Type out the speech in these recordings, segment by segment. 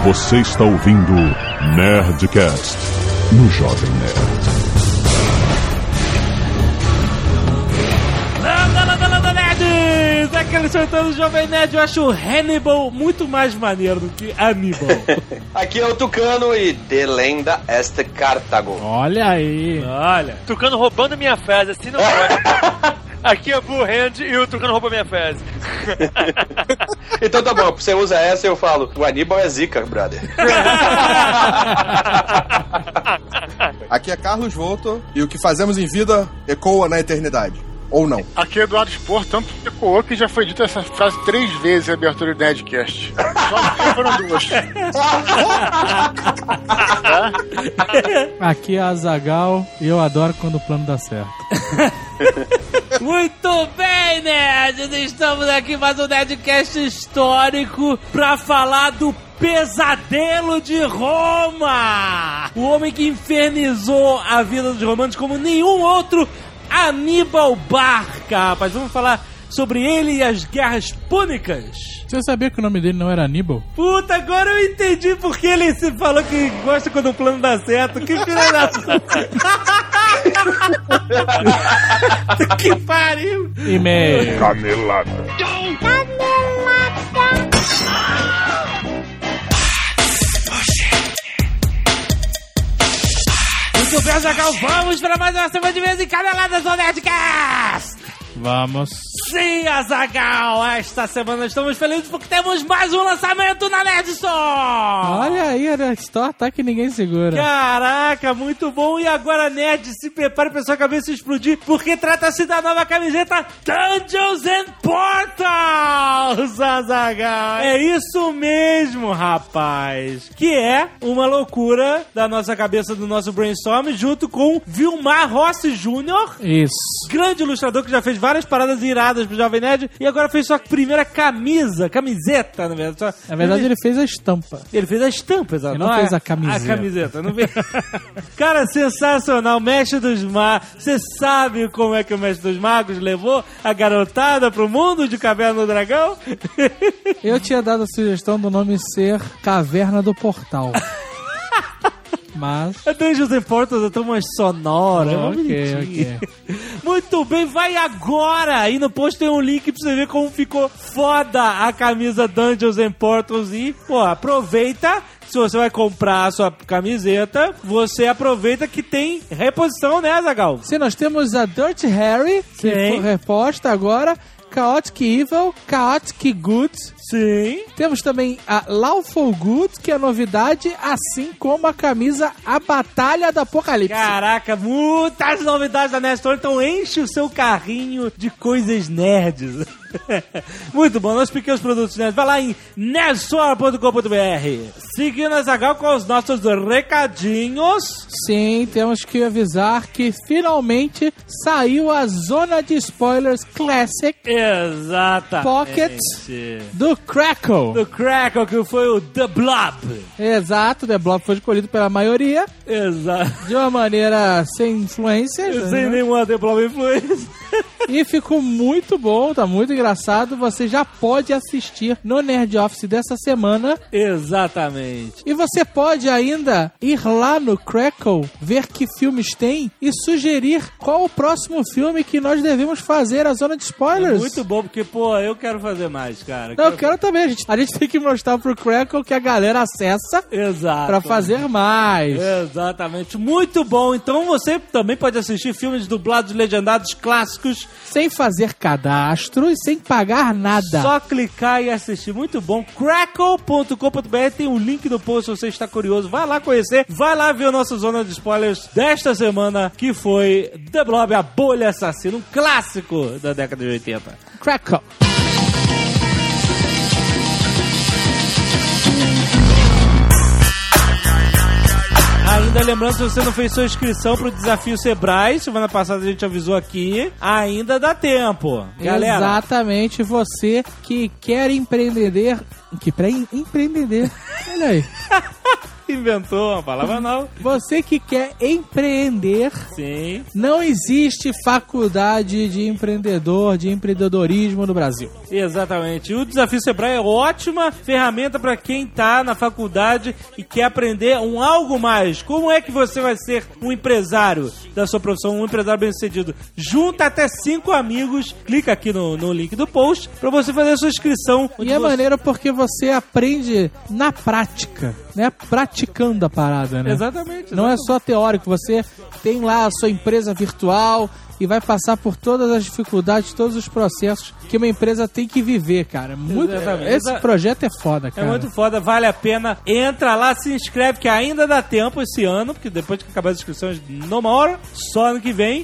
Você está ouvindo Nerdcast no Jovem Nerd. Landa, nerds! Aqui eles soltando o Jovem Nerd. Eu acho o Hannibal muito mais maneiro do que Aníbal. Aqui é o Tucano e de lenda este Cartago. Olha aí. Olha. Tucano roubando minha fez, assim não pode. Aqui é Bull Hand e o Tucano rouba minha fez. Então tá bom, você usa essa e eu falo, o Aníbal é zica, brother. Aqui é Carlos Volto e o que fazemos em vida ecoa na eternidade. Ou não. Aqui é Eduardo Spor, tanto ecoou que já foi dita essa frase 3 vezes em abertura do Nerdcast. Só foram 2. Aqui é Azaghal e eu adoro quando o plano dá certo. Muito bem, nerds! Estamos aqui mais um Nerdcast histórico pra falar do Pesadelo de Roma! O homem que infernizou a vida dos romanos como nenhum outro, Aníbal Barca, rapaz. Vamos falar sobre ele e as guerras púnicas. Você sabia que o nome dele não era Aníbal? Puta, agora eu entendi porque ele se falou que gosta quando o plano dá certo. Que filha da puta. Que pariu. E-mail. Canelada. Muito bem, Azaghal, vamos para mais uma semana de vez em Caneladas do Nerdcast! Vamos. Sim, Azaghal, esta semana estamos felizes porque temos mais um lançamento na Nerd Store! Olha aí, a Nerd Store tá que ninguém segura. Caraca, muito bom! E agora, Nerd, se prepare pra sua cabeça explodir, porque trata-se da nova camiseta Dungeons and Portals, Azaghal! É isso mesmo, rapaz! Que é uma loucura da nossa cabeça, do nosso brainstorm, junto com Vilmar Rossi Jr., Isso. grande ilustrador que já fez várias paradas iradas pro Jovem Nerd e agora fez sua primeira camiseta, na verdade. Na verdade, ele fez a estampa. Ele fez a estampa, exato. Ele não fez a camiseta. A camiseta, não fez. Cara, sensacional. Mestre dos Magos. Você sabe como é que o Mestre dos Magos levou a garotada pro mundo de Caverna do Dragão? Eu tinha dado a sugestão do nome ser Caverna do Portal. Mas... A Dungeons and Portals é tão mais sonora. Ok. Muito bem, vai agora! Aí no post tem um link pra você ver como ficou foda a camisa Dungeons and Portals. E, pô, aproveita. Se você vai comprar a sua camiseta, você aproveita que tem reposição, né, Azaghal? Sim, nós temos a Dirty Harry, que foi reposta agora. Chaotic Evil, Chaotic Good. Sim. Temos também a Lawful Good, que é a novidade, assim como a camisa A Batalha do Apocalipse. Caraca, muitas novidades da Nerd Store, então enche o seu carrinho de coisas nerds. Muito bom, nós pequenos produtos nerds. Vai lá em nerdstore.com.br. Seguindo a Azaghal com os nossos recadinhos. Sim, temos que avisar que finalmente saiu a Zona de Spoilers Classic Exatamente. Pocket do Crackle. Do Crackle, que foi o The Blob. Exato, The Blob foi escolhido pela maioria. Exato. De uma maneira sem influência. Sem nenhuma The Blob influência. E ficou muito bom, tá muito engraçado. Você já pode assistir no Nerd Office dessa semana. Exatamente. E você pode ainda ir lá no Crackle, ver que filmes tem e sugerir qual o próximo filme que nós devemos fazer a Zona de Spoilers. É muito bom, porque, pô, eu quero fazer mais, cara. Eu quero também. A gente tem que mostrar pro Crackle que a galera acessa. Exato. Pra fazer mais. Exatamente. Muito bom. Então você também pode assistir filmes dublados, legendados, clássicos. Sem fazer cadastro e sem pagar nada. Só clicar e assistir. Muito bom. Crackle.com.br, tem um link no post se você está curioso. Vai lá conhecer. Vai lá ver a nossa zona de spoilers desta semana, que foi The Blob, a Bolha Assassina, um clássico da década de 80. Crackle. Ainda lembrando, se você não fez sua inscrição pro Desafio Sebrae, semana passada a gente avisou aqui, ainda dá tempo. Galera. Exatamente, você que quer empreender... empreender. Olha aí. Inventou uma palavra nova. Você que quer empreender. Sim. Não existe faculdade de empreendedor, de empreendedorismo no Brasil. Exatamente. E o Desafio Sebrae é ótima ferramenta para quem tá na faculdade e quer aprender algo mais. Como é que você vai ser um empresário da sua profissão, um empresário bem-sucedido? Junta até 5 amigos, clica aqui no link do post para você fazer a sua inscrição. E é maneiro porque você aprende na prática, né? Praticando a parada, né? Exatamente. Não é só teórico, você tem lá a sua empresa virtual e vai passar por todas as dificuldades, todos os processos que uma empresa tem que viver, cara. Esse projeto é foda, cara. É muito foda, vale a pena. Entra lá, se inscreve, que ainda dá tempo esse ano, porque depois que acabar as inscrições, não hora, só ano que vem.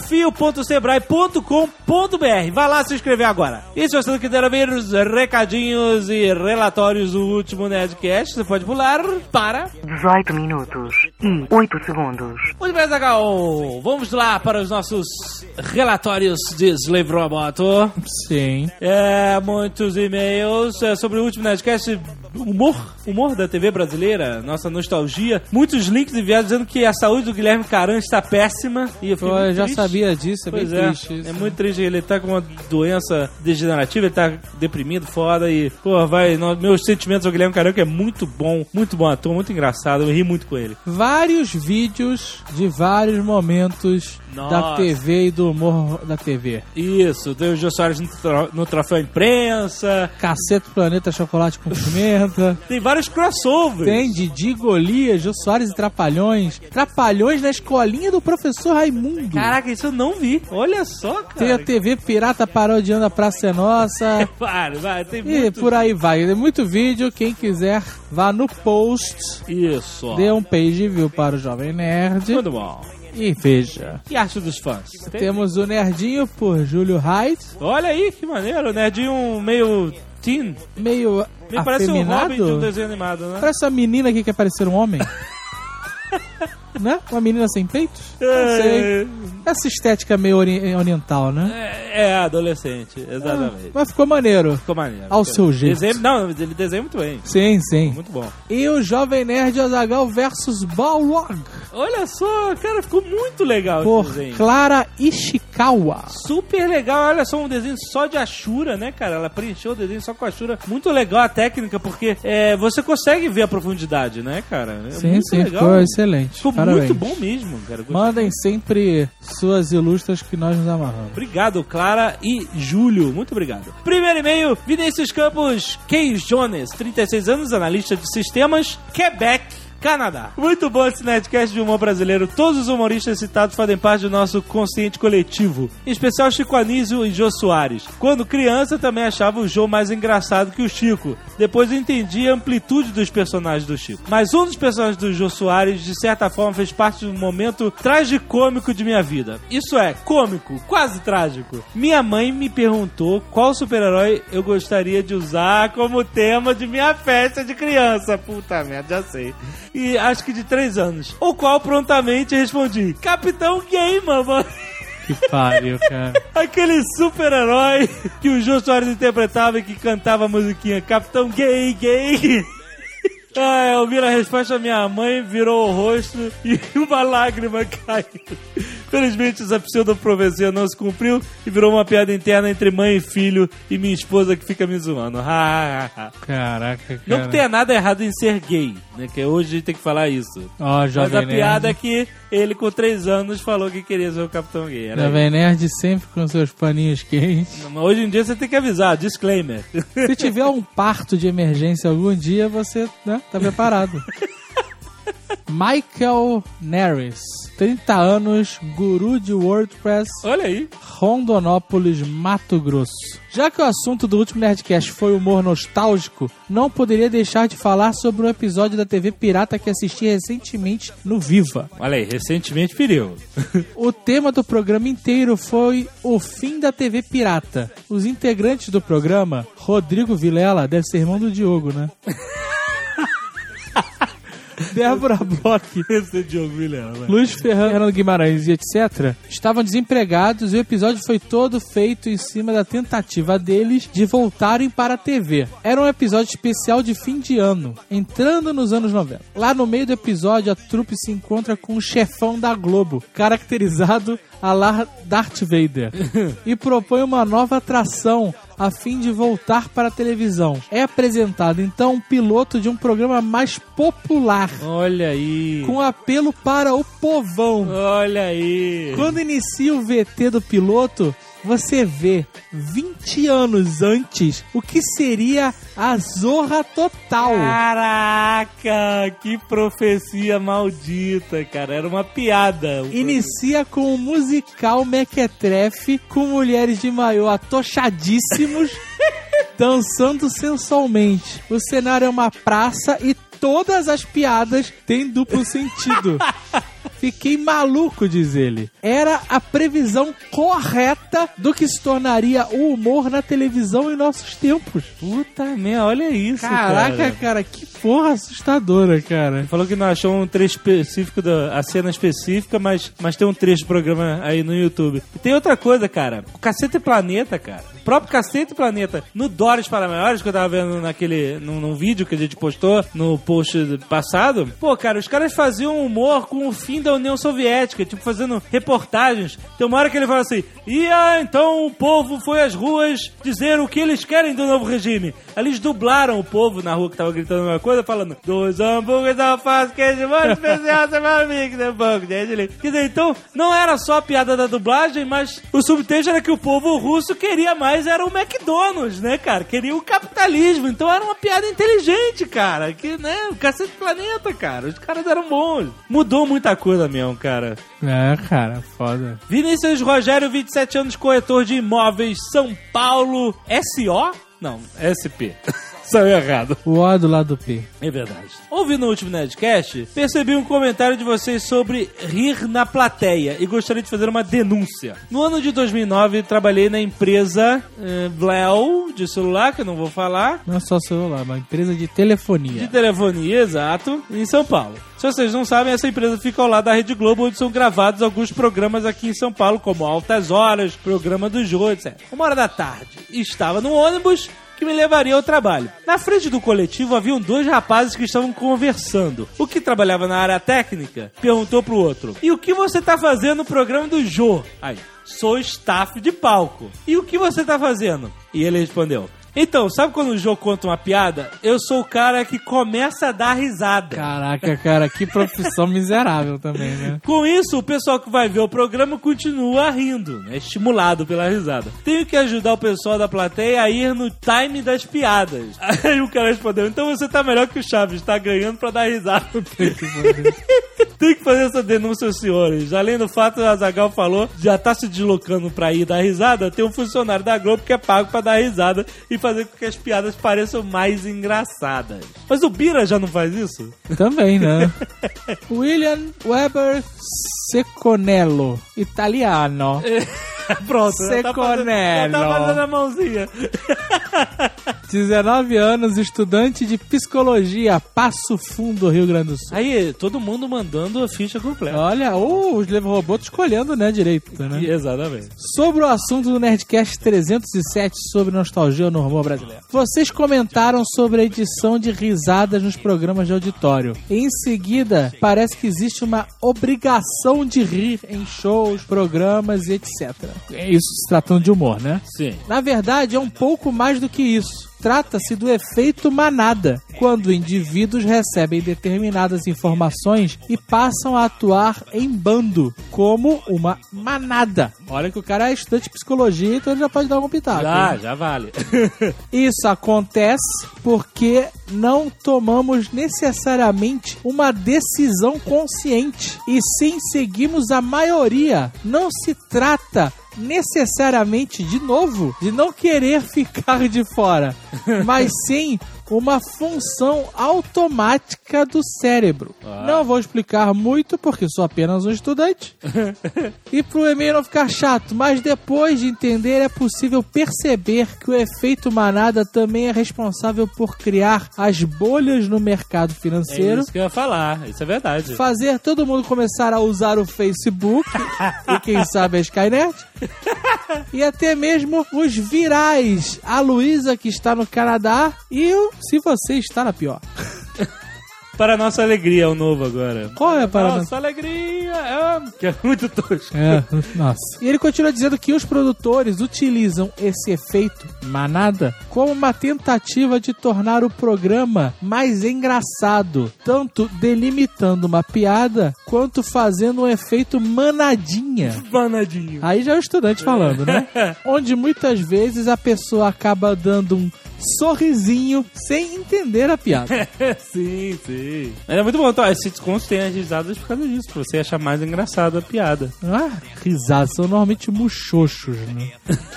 Desafio.sebrae.com.br. Vai lá se inscrever agora. E se você não quiser ver os recadinhos e relatórios do último Nerdcast, você pode pular para 18 minutos e 8 segundos. Muito bem, Zagal. Vamos lá para os nossos relatórios de Slave Robot. Sim. Muitos e-mails sobre o último Nerdcast. Humor da TV brasileira, nossa nostalgia. Muitos links enviados dizendo que a saúde do Guilherme Caran está péssima. E eu já triste. Sabia disso, é pois bem triste isso. É muito triste, ele tá com uma doença degenerativa, ele tá deprimido, foda. E, meus sentimentos ao Guilherme Caran, que é muito bom ator, muito engraçado, eu ri muito com ele. Vários vídeos de vários momentos da TV e do humor da TV. Isso, tem o Jô Soares no Troféu Imprensa. Cacete Planeta Chocolate com Pimenta. Tem vários crossovers. Tem Didi, Golias, Jô Soares e Trapalhões. Trapalhões na escolinha do professor Raimundo. Caraca, isso eu não vi. Olha só, cara. Tem a TV Pirata parodiando a Praça é Nossa. Vai, tem muito. E por aí vai. Tem muito vídeo. Quem quiser, vá no post. Isso. Dê um page view para o Jovem Nerd. Muito bom. E veja. E arte dos fãs? Temos o Nerdinho por Júlio Hyde. Olha aí, que maneiro. O Nerdinho meio teen. Meio parece um afeminado. Robin de um desenho animado, né? Parece uma menina aqui que quer parecer um homem. Né? Uma menina sem peitos? Não sei. Essa estética meio oriental, né? É adolescente, exatamente. Mas ficou maneiro. Ficou maneiro. Ao seu jeito. Ele desenha muito bem. Sim. Muito bom. E o Jovem Nerd Azaghal versus Balrog. Olha só, cara, ficou muito legal por esse desenho. Clara Ishikawa. Super legal, olha só, um desenho só de Ashura, né, cara? Ela preencheu o desenho só com Ashura. Muito legal a técnica, porque você consegue ver a profundidade, né, cara? Sim, legal. Ficou excelente. Ficou muito bom mesmo, cara. Mandem sempre suas ilustras que nós nos amarramos. Obrigado, Clara e Júlio. Muito obrigado. Primeiro e-mail, Vinícius Campos Keys Jones, 36 anos, analista de sistemas, Quebec, Canadá. Muito bom esse Nerdcast de humor brasileiro. Todos os humoristas citados fazem parte do nosso consciente coletivo. Em especial Chico Anísio e Jô Soares. Quando criança, também achava o Jô mais engraçado que o Chico. Depois entendi a amplitude dos personagens do Chico. Mas um dos personagens do Jô Soares, de certa forma, fez parte de um momento tragicômico de minha vida. Isso é, cômico, quase trágico. Minha mãe me perguntou qual super-herói eu gostaria de usar como tema de minha festa de criança. Puta merda, já sei. E acho que de 3 anos. O qual prontamente respondi: Capitão Gay, mamãe. Que pariu, cara. Aquele super-herói que o Jô Soares interpretava e que cantava a musiquinha Capitão Gay, Gay. Eu vi a resposta da minha mãe, virou o rosto e uma lágrima caiu. Felizmente essa pseudo-profecia não se cumpriu e virou uma piada interna entre mãe e filho e minha esposa que fica me zoando. Caraca, cara. Não que tenha nada errado em ser gay, né? Que hoje a gente tem que falar isso. Mas a piada é que ele com 3 anos falou que queria ser o Capitão Gay. Jovem Nerd sempre com seus paninhos quentes. Hoje em dia você tem que avisar, disclaimer. Se tiver um parto de emergência algum dia, você, né, tá preparado. Michael Neris, 30 anos, guru de WordPress. Olha aí. Rondonópolis, Mato Grosso. Já que o assunto do último Nerdcast foi humor nostálgico, não poderia deixar de falar sobre um episódio da TV Pirata que assisti recentemente no Viva. Olha aí, recentemente feriu. O tema do programa inteiro foi o fim da TV Pirata. Os integrantes do programa, Rodrigo Vilela, deve ser irmão do Diogo, né? Débora Bloch, Luiz Fernando Guimarães e etc. estavam desempregados e o episódio foi todo feito em cima da tentativa deles de voltarem para a TV. Era um episódio especial de fim de ano, entrando nos anos 90. Lá no meio do episódio, a trupe se encontra com o chefão da Globo, caracterizado a la Darth Vader, e propõe uma nova atração, a fim de voltar para a televisão. É apresentado então um piloto de um programa mais popular. Olha aí. Com apelo para o povão. Olha aí. Quando inicia o VT do piloto, você vê 20 anos antes o que seria a Zorra Total. Caraca, que profecia maldita, cara. Era uma piada. Inicia com um musical mequetrefe com mulheres de maiô atochadíssimos dançando sensualmente. O cenário é uma praça e todas as piadas têm duplo sentido. Fiquei maluco, diz ele. Era a previsão correta do que se tornaria o humor na televisão em nossos tempos. Puta merda, olha isso, Caraca, cara, que porra assustadora, cara. Falou que não achou um trecho específico, a cena específica, mas tem um trecho do programa aí no YouTube. E tem outra coisa, cara. O Cacete Planeta, cara. O próprio Cacete Planeta. No Doris para Maiores, que eu tava vendo num vídeo que a gente postou no post passado. Pô, cara, os caras faziam humor com o fim da União Soviética, tipo, fazendo reportagens. Tem uma hora que ele fala assim, então o povo foi às ruas dizer o que eles querem do novo regime. Eles dublaram o povo na rua que tava gritando uma coisa, falando 2 hambúrgueres, alface, queijo, molho especial, seu amigo, de banco, gente. Quer dizer, então, não era só a piada da dublagem, mas o subtexto era que o povo russo queria mais, era o McDonald's, né, cara? Queria o capitalismo, então era uma piada inteligente, cara. Que, né, o Cacete Planeta, cara. Os caras eram bons. Mudou muita coisa mesmo, cara. É, cara, foda. Vinícius Rogério, 27 anos, corretor de imóveis, São Paulo, SO? Não, SP. Saiu errado. O O do lado do P. É verdade. Ouvindo o último Nerdcast, percebi um comentário de vocês sobre rir na plateia e gostaria de fazer uma denúncia. No ano de 2009, trabalhei na empresa Bleu, de celular, que eu não vou falar. Não é só celular, é uma empresa de telefonia. De telefonia, exato, em São Paulo. Se vocês não sabem, essa empresa fica ao lado da Rede Globo, onde são gravados alguns programas aqui em São Paulo, como Altas Horas, Programa do Jô, etc. 1h da tarde, estava no ônibus que me levaria ao trabalho. Na frente do coletivo haviam 2 rapazes que estavam conversando. O que trabalhava na área técnica perguntou pro outro: e o que você tá fazendo no programa do Jô? Aí, sou staff de palco. E o que você tá fazendo? E ele respondeu: então, sabe quando o Jô conta uma piada? Eu sou o cara que começa a dar risada. Caraca, cara, que profissão miserável também, né? Com isso, o pessoal que vai ver o programa continua rindo, né? Estimulado pela risada. Tenho que ajudar o pessoal da plateia a ir no time das piadas. Aí o cara respondeu: então você tá melhor que o Chaves, tá ganhando pra dar risada. Tem que fazer essa denúncia, senhores. Além do fato, o Azaghal falou, já tá se deslocando pra ir dar risada, tem um funcionário da Globo que é pago pra dar risada e fazer com que as piadas pareçam mais engraçadas. Mas o Bira já não faz isso? Também, né? William Weber Seconello, italiano. Pronto, Seconello. tá fazendo a mãozinha. 19 anos, estudante de psicologia, Passo Fundo, Rio Grande do Sul. Aí, todo mundo mandando a ficha completa. Olha, os robôs escolhendo, né, direito, né? Exatamente. Sobre o assunto do Nerdcast 307 sobre nostalgia no humor brasileiro. Vocês comentaram sobre a edição de risadas nos programas de auditório. Em seguida, parece que existe uma obrigação de rir em shows, programas e etc. Isso se tratando de humor, né? Sim. Na verdade, é um pouco mais do que isso. Trata-se do efeito manada, quando indivíduos recebem determinadas informações e passam a atuar em bando, como uma manada. Olha que o cara é estudante de psicologia, então ele já pode dar um pitaco. Já vale. Isso acontece porque não tomamos necessariamente uma decisão consciente, e sim seguimos a maioria. Não se trata necessariamente, de novo, de não querer ficar de fora, mas sim uma função automática do cérebro. Não vou explicar muito porque sou apenas um estudante. E pro e-mail não ficar chato, mas depois de entender é possível perceber que o efeito manada também é responsável por criar as bolhas no mercado financeiro. É isso que eu ia falar, isso é verdade. Fazer todo mundo começar a usar o Facebook e quem sabe a Skynet. E até mesmo os virais. A Luísa, que está no Canadá, e se você está na pior. Para a Nossa Alegria é o novo agora. Qual é para Nossa Alegria? Que é muito tosco. Nossa. E ele continua dizendo que os produtores utilizam esse efeito manada como uma tentativa de tornar o programa mais engraçado, tanto delimitando uma piada quanto fazendo um efeito manadinha. Manadinho. Aí já é o estudante falando, né? Onde muitas vezes a pessoa acaba dando um sorrisinho sem entender a piada. Sim. Mas é muito bom. Então, as sitcoms têm as risadas por causa disso, pra você achar mais engraçado a piada. Risadas são normalmente muxoxos, né?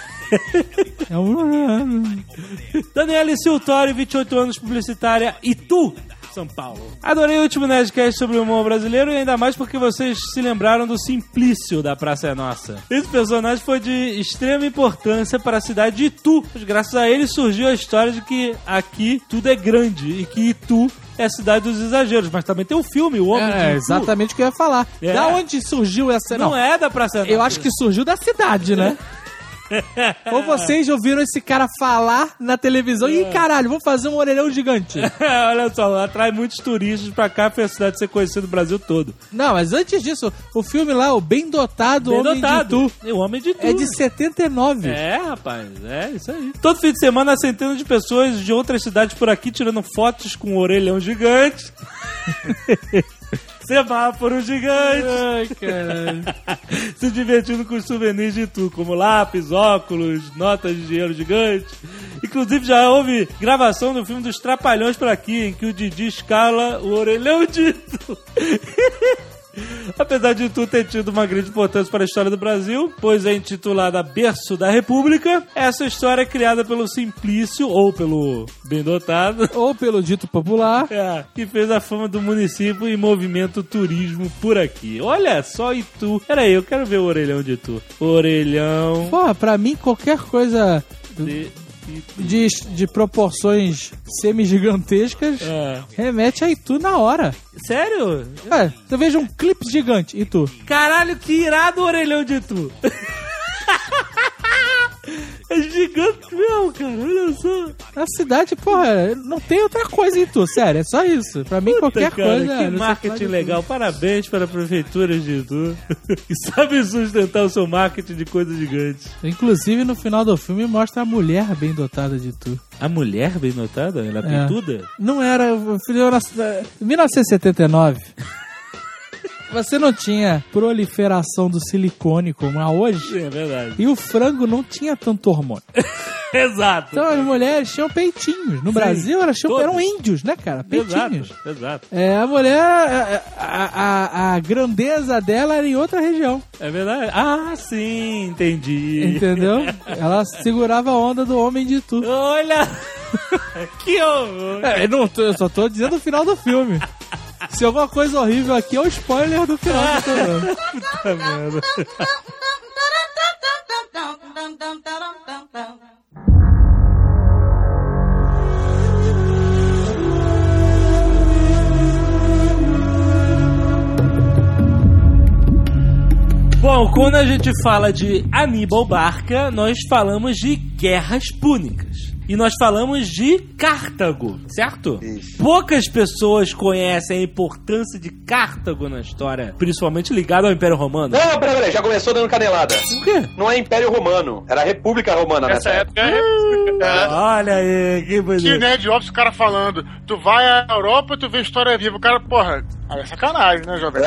Daniela Siltori, 28 anos, publicitária, Itu, São Paulo. Adorei o último Nerdcast sobre o humor brasileiro e ainda mais porque vocês se lembraram do Simplício da Praça é Nossa. Esse personagem foi de extrema importância para a cidade de Itu, pois graças a ele surgiu a história de que aqui tudo é grande e que Itu é a cidade dos exageros, mas também tem o filme, O Homem de Itu. Exatamente o que eu ia falar. Da onde surgiu essa... Não é da Praça é Nossa. Eu acho que surgiu da cidade, né? Ou vocês ouviram esse cara falar na televisão e caralho, vamos fazer um orelhão gigante. Olha só, atrai muitos turistas pra cá, pra a cidade ser conhecida no Brasil todo. Não, mas antes disso, o filme lá, o Bem Dotado, Homem de Itu. O Homem de Itu. É de 79. É, rapaz, é isso aí. Todo fim de semana, centenas de pessoas de outras cidades por aqui tirando fotos com um orelhão gigante. Semáforo gigante. Ai, caralho. Se divertindo com os souvenirs de Itu, como lápis, óculos, notas de dinheiro gigante. Inclusive já houve gravação do filme dos Trapalhões por aqui, em que o Didi escala o orelhão de Itu. Apesar de Itu ter tido uma grande importância para a história do Brasil, pois é intitulada Berço da República, essa história é criada pelo Simplício, ou pelo Bem Dotado, ou pelo dito popular, que fez a fama do município e movimento turismo por aqui. Olha só Itu. Peraí, eu quero ver o orelhão de Itu. Orelhão... Porra, pra mim qualquer coisa... De proporções semi-gigantescas remete a Itu na hora. Sério? Você veja um clipe gigante, Itu. Caralho, que irado o orelhão de Itu. É gigante mesmo, cara, olha só. A cidade, porra, não tem outra coisa em Itu, sério, é só isso. Pra mim, qualquer coisa... Que marketing legal, parabéns para a prefeitura de Itu, que sabe sustentar o seu marketing de coisas gigantes. Inclusive, no final do filme, mostra a mulher bem dotada de Itu. A mulher bem dotada? Ela é pintuda? Não era... Em 1979... Você não tinha proliferação do silicone como há hoje. É verdade. E o frango não tinha tanto hormônio. Exato. Então as mulheres tinham peitinhos. No Brasil elas eram índios, né, cara? Peitinhos. Exato. A mulher, a grandeza dela era em outra região. É verdade. Ah, sim, entendi. Entendeu? Ela segurava a onda do Homem de Itu. Olha! Que horror! Eu só tô dizendo o final do filme. Se alguma coisa horrível aqui é o spoiler do final do programa. Puta merda. Bom, quando a gente fala de Aníbal Barca, nós falamos de guerras púnicas. E nós falamos de Cartago, certo? Isso. Poucas pessoas conhecem a importância de Cartago na história, principalmente ligada ao Império Romano. Não, peraí, já começou dando canelada. Por quê? Não é Império Romano, era República Romana nessa época. Olha aí, que bonito. Que Nerd Ops, o cara falando, tu vai à Europa e tu vê História Viva. O cara, porra, é sacanagem, né, jovem?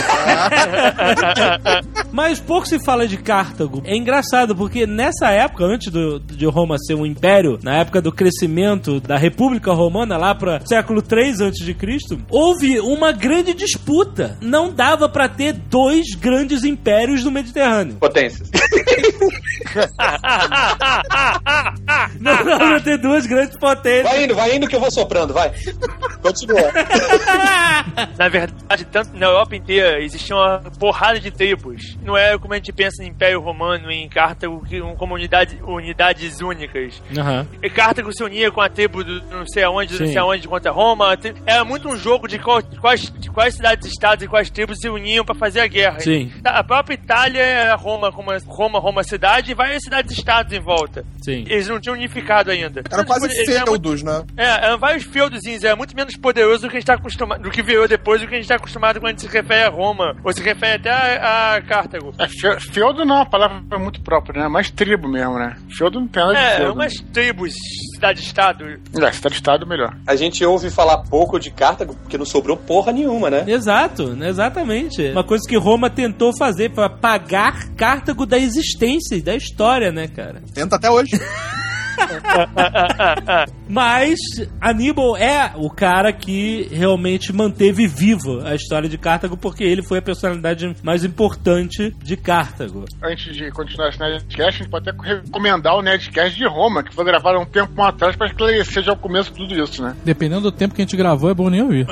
Mas pouco se fala de Cartago. É engraçado, porque nessa época, antes de Roma ser um império, na época do crescimento da República Romana, lá para século 3 a.C., houve uma grande disputa. Não dava pra ter dois grandes impérios no Mediterrâneo. Potências. Não dava pra ter duas grandes potências. Vai indo que eu vou soprando, vai. Continua. Na verdade, tanto na Europa inteira existia uma porrada de tribos. Não é como a gente pensa em Império Romano, em Cartago, como unidades únicas. Uhum. E Cartago se unia com a tribo do não sei aonde contra Roma. Era muito um jogo de quais cidades-estados e quais tribos se uniam pra fazer a guerra. Sim. A própria Itália era Roma como Roma cidade e várias cidades-estados em volta. Sim. Eles não tinham unificado ainda. Era quase feudos, né? Eram vários feudozinhos, era muito menos poderoso do que a gente tá acostumado, do que virou depois, do que a gente tá acostumado quando a gente se refere a Roma, ou se refere até a Cartago. Feudo não, a palavra é muito própria, né? Mais tribo mesmo, né? Feudo não tem nada de feudo. Umas tribos, cidade-estado. Cidade-estado melhor. A gente ouve falar pouco de Cartago porque não sobrou porra nenhuma, né? Exato, exatamente. Uma coisa que Roma tentou fazer pra pagar Cartago da existência e da história, né, cara? Tenta até hoje. Mas Aníbal é o cara que realmente manteve vivo a história de Cartago, porque ele foi a personalidade mais importante de Cartago. Antes de continuar esse Nerdcast, a gente pode até recomendar o Nerdcast de Roma, que foi gravado há um tempo atrás pra esclarecer já o começo de tudo isso, né? Dependendo do tempo que a gente gravou, é bom nem ouvir.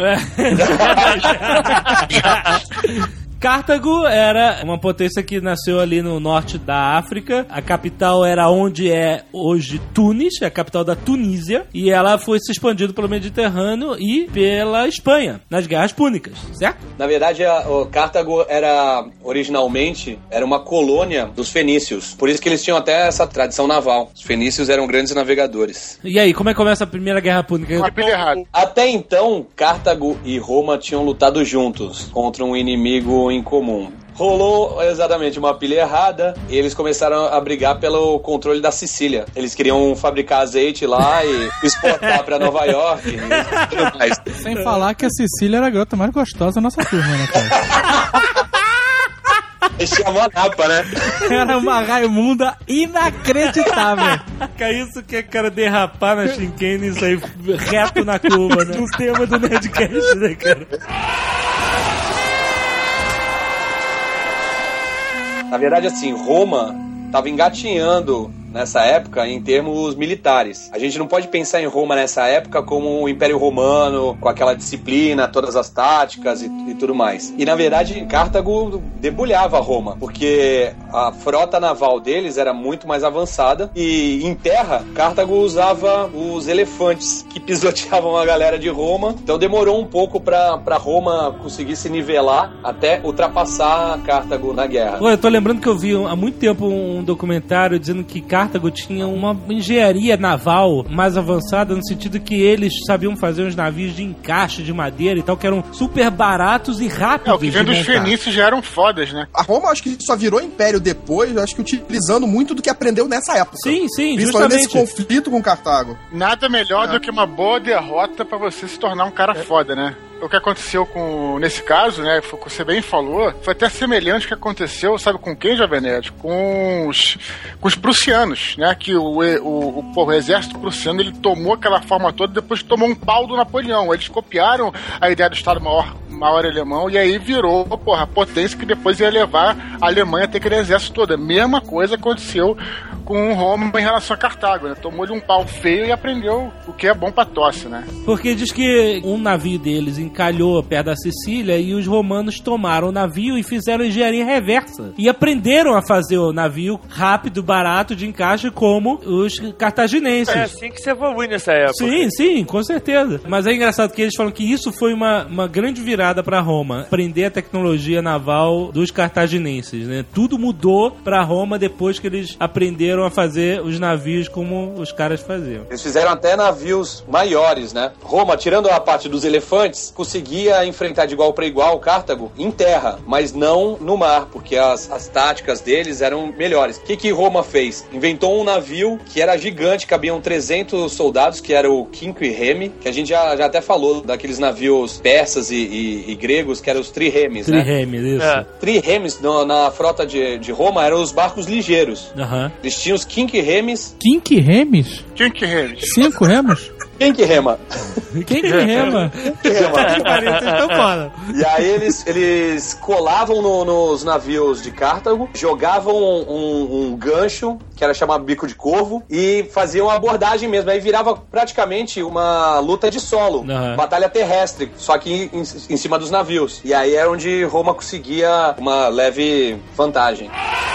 Cartago era uma potência que nasceu ali no norte da África. A capital era onde é hoje Tunis, a capital da Tunísia, e ela foi se expandindo pelo Mediterrâneo e pela Espanha, nas Guerras Púnicas, certo? Na verdade, o Cartago originalmente era uma colônia dos fenícios. Por isso que eles tinham até essa tradição naval. Os fenícios eram grandes navegadores. E aí, como é que começa a Primeira Guerra Púnica? Uma pilha errada. Até então, Cartago e Roma tinham lutado juntos contra um inimigo em comum. Rolou exatamente uma pilha errada e eles começaram a brigar pelo controle da Sicília. Eles queriam fabricar azeite lá e exportar pra Nova York e tudo mais. Sem falar que a Sicília era a garota mais gostosa da nossa turma, né, cara? Eles chamam a Napa, né? Era uma Raimunda inacreditável. Isso que é cara derrapar na chicane e sair reto na curva, né? O tema do Nerdcast, né, cara? Na verdade, assim, Roma estava engatinhando nessa época em termos militares. A gente não pode pensar em Roma nessa época como o Império Romano, com aquela disciplina, todas as táticas e tudo mais. E na verdade, Cartago debulhava Roma, porque a frota naval deles era muito mais avançada e em terra, Cartago usava os elefantes que pisoteavam a galera de Roma. Então demorou um pouco para Roma conseguir se nivelar até ultrapassar Cartago na guerra. Pô, eu tô lembrando que eu vi há muito tempo um documentário dizendo que Cartago tinha uma engenharia naval mais avançada, no sentido que eles sabiam fazer uns navios de encaixe de madeira e tal, que eram super baratos e rápidos. O que vem dos fenícios já eram fodas, né? A Roma, acho que só virou império depois, acho que utilizando muito do que aprendeu nessa época. Sim, Principalmente justamente. nesse conflito com Cartago. Nada melhor do que uma boa derrota pra você se tornar um cara foda, né? O que aconteceu nesse caso, né, foi o que você bem falou, foi até semelhante ao que aconteceu, sabe com quem, Jovem Nerd? Com os prussianos, né, que o exército prussiano, ele tomou aquela forma toda, depois tomou um pau do Napoleão. Eles copiaram a ideia do Estado maior alemão e aí virou, a potência que depois ia levar a Alemanha a ter aquele exército todo. A mesma coisa aconteceu com Roma em relação a Cartago, né? Tomou-lhe um pau feio e aprendeu o que é bom pra tosse, né? Porque diz que um navio deles encalhou perto da Sicília e os romanos tomaram o navio e fizeram engenharia reversa. E aprenderam a fazer o navio rápido, barato, de encaixe, como os cartaginenses. É assim que se evolui nessa época. Sim, com certeza. Mas é engraçado que eles falam que isso foi uma grande virada pra Roma. Aprender a tecnologia naval dos cartaginenses, né? Tudo mudou pra Roma depois que eles aprenderam a fazer os navios como os caras faziam. Eles fizeram até navios maiores, né? Roma, tirando a parte dos elefantes, conseguia enfrentar de igual para igual Cartago em terra, mas não no mar, porque as táticas deles eram melhores. O que Roma fez? Inventou um navio que era gigante, cabiam 300 soldados, que era o Quinque Reme, que a gente já até falou daqueles navios persas e gregos, que eram os triremes, né? Triremes, isso. É. Triremes, na frota de Roma, eram os barcos ligeiros. Aham. Eles tinham os Quinque Remes. Quinque Remes? Quinque Remes. 5 remos? Quem que rema? Quem que rema? E aí eles colavam nos navios de Cartago, jogavam um gancho, que era chamado bico de corvo, e faziam uma abordagem mesmo. Aí virava praticamente uma luta de solo, batalha terrestre, só que em cima dos navios. E aí é onde Roma conseguia uma leve vantagem.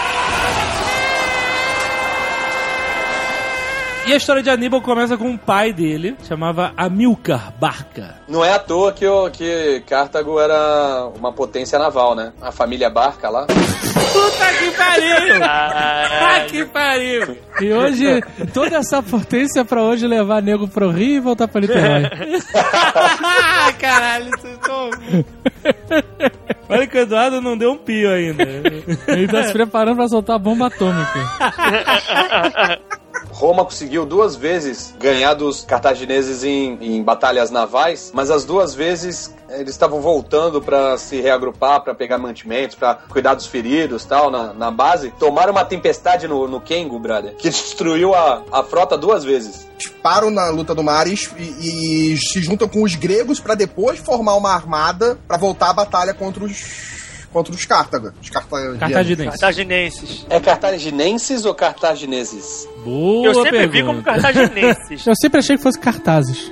E a história de Aníbal começa com o pai dele, chamava Amílcar Barca. Não é à toa que Cartago era uma potência naval, né? A família Barca lá. Puta que pariu! Que pariu! E hoje, toda essa potência pra hoje levar nego pro Rio e voltar pra Niterói. Caralho, vocês estão... Olha que o Eduardo não deu um pio ainda. Ele tá se preparando pra soltar a bomba atômica. Roma conseguiu 2 vezes ganhar dos cartagineses em batalhas navais, mas as 2 vezes eles estavam voltando pra se reagrupar, pra pegar mantimentos, pra cuidar dos feridos e tal, na base. Tomaram uma tempestade no Kengo, brother, que destruiu a frota 2 vezes. Param na luta do mar e se juntam com os gregos pra depois formar uma armada pra voltar à batalha contra os cartaginenses. É cartaginenses ou cartagineses? Boa Eu sempre pergunta. vi como cartaginenses. Eu sempre achei que fosse cartazes.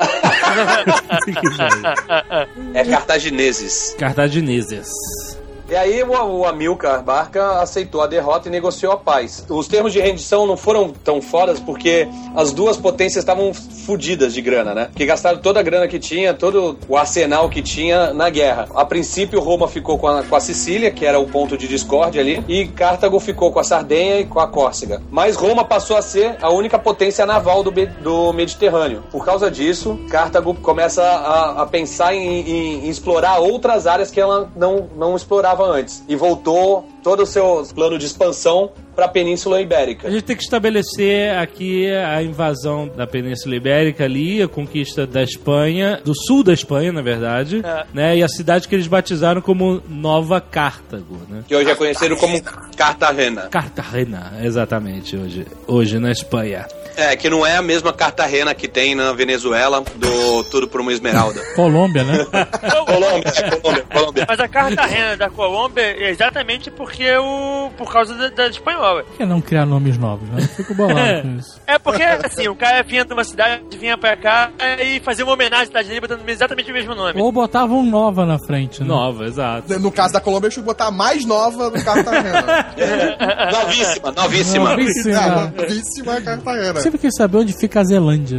É cartagineses. Cartagineses. E aí o Amilcar Barca aceitou a derrota e negociou a paz. Os termos de rendição não foram tão fodas porque as 2 potências estavam fodidas de grana, né? Porque gastaram toda a grana que tinha, todo o arsenal que tinha na guerra. A princípio, Roma ficou com a Sicília, que era o ponto de discórdia ali, e Cartago ficou com a Sardenha e com a Córcega. Mas Roma passou a ser a única potência naval do Mediterrâneo. Por causa disso, Cartago começa a pensar em explorar outras áreas que ela não explorava antes. E voltou todo o seu plano de expansão para a Península Ibérica. A gente tem que estabelecer aqui a invasão da Península Ibérica ali, a conquista da Espanha, do sul da Espanha, na verdade, né? E a cidade que eles batizaram como Nova Cartago, né? Que hoje é conhecido como Cartagena. Cartagena, exatamente, hoje na Espanha. É, que não é a mesma Cartagena que tem na Venezuela, do Tudo por uma Esmeralda. Colômbia, né? Colômbia. Mas a Cartagena da Colômbia é exatamente por causa da espanhola. Por que não criar nomes novos, né? Eu fico bolado com isso. É porque, assim, o cara vinha de uma cidade, vinha pra cá e fazia uma homenagem à cidade dele botando exatamente o mesmo nome. Ou botavam Nova na frente, né? Nova, exato. No caso da Colômbia, eu tinha que botar a mais nova do Cartagena. Novíssima. Novíssima Cartagena. Sempre quis saber onde fica a Zelândia.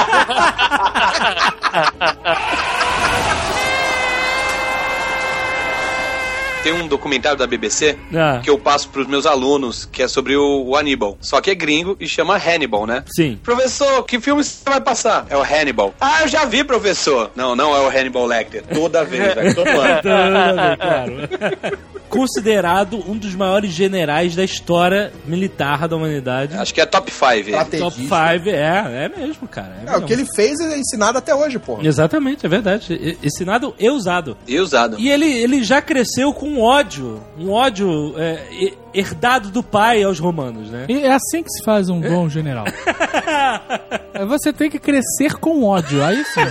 Tem um documentário da BBC Ah. que eu passo pros meus alunos, que é sobre o Hannibal. Só que é gringo e chama Hannibal, né? Sim. Professor, que filme você vai passar? É o Hannibal. Ah, eu já vi, professor. Não é o Hannibal Lecter. Toda vez, velho. Todo ano. Claro. Considerado um dos maiores generais da história militar da humanidade. Acho que é top 5. Top 5, é mesmo, cara. É, o que ele fez é ensinado até hoje, porra. Exatamente, é verdade. Ensinado e usado. E usado. E ele já cresceu com um ódio herdado do pai aos romanos, né? E é assim que se faz um bom general. Você tem que crescer com ódio, aí sim.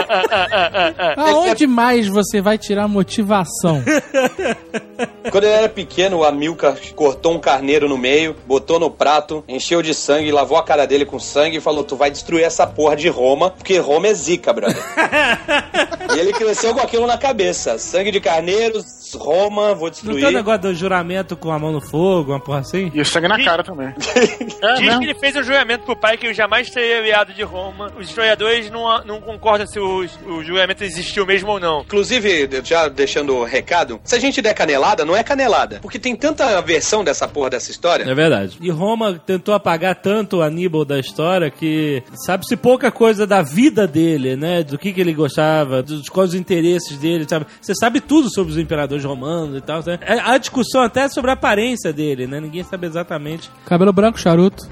Aonde mais você vai tirar motivação? Quando ele era pequeno, o Amilcar cortou um carneiro no meio, botou no prato, encheu de sangue, lavou a cara dele com sangue e falou: tu vai destruir essa porra de Roma, porque Roma é zica, brother. E ele cresceu com aquilo na cabeça. Sangue de carneiros, Roma, vou destruir. Não tem o negócio do juramento com a mão no fogo, uma porra assim? E o sangue na cara também. Diz que ele fez um juramento pro pai que ele jamais teria aliado de Roma. Os historiadores não concordam se o juramento existiu mesmo ou não. Inclusive, já deixando o recado, se a gente der canelada, não é canelada. Porque tem tanta versão dessa porra dessa história. É verdade. E Roma tentou apagar tanto o Aníbal da história que sabe-se pouca coisa da vida dele, né? Do que ele gostava, quais os interesses dele, sabe? Você sabe tudo sobre os imperadores romanos e tal, né? Há discussão até sobre a aparência dele, né? Ninguém sabe exatamente. Cabelo branco, charuto.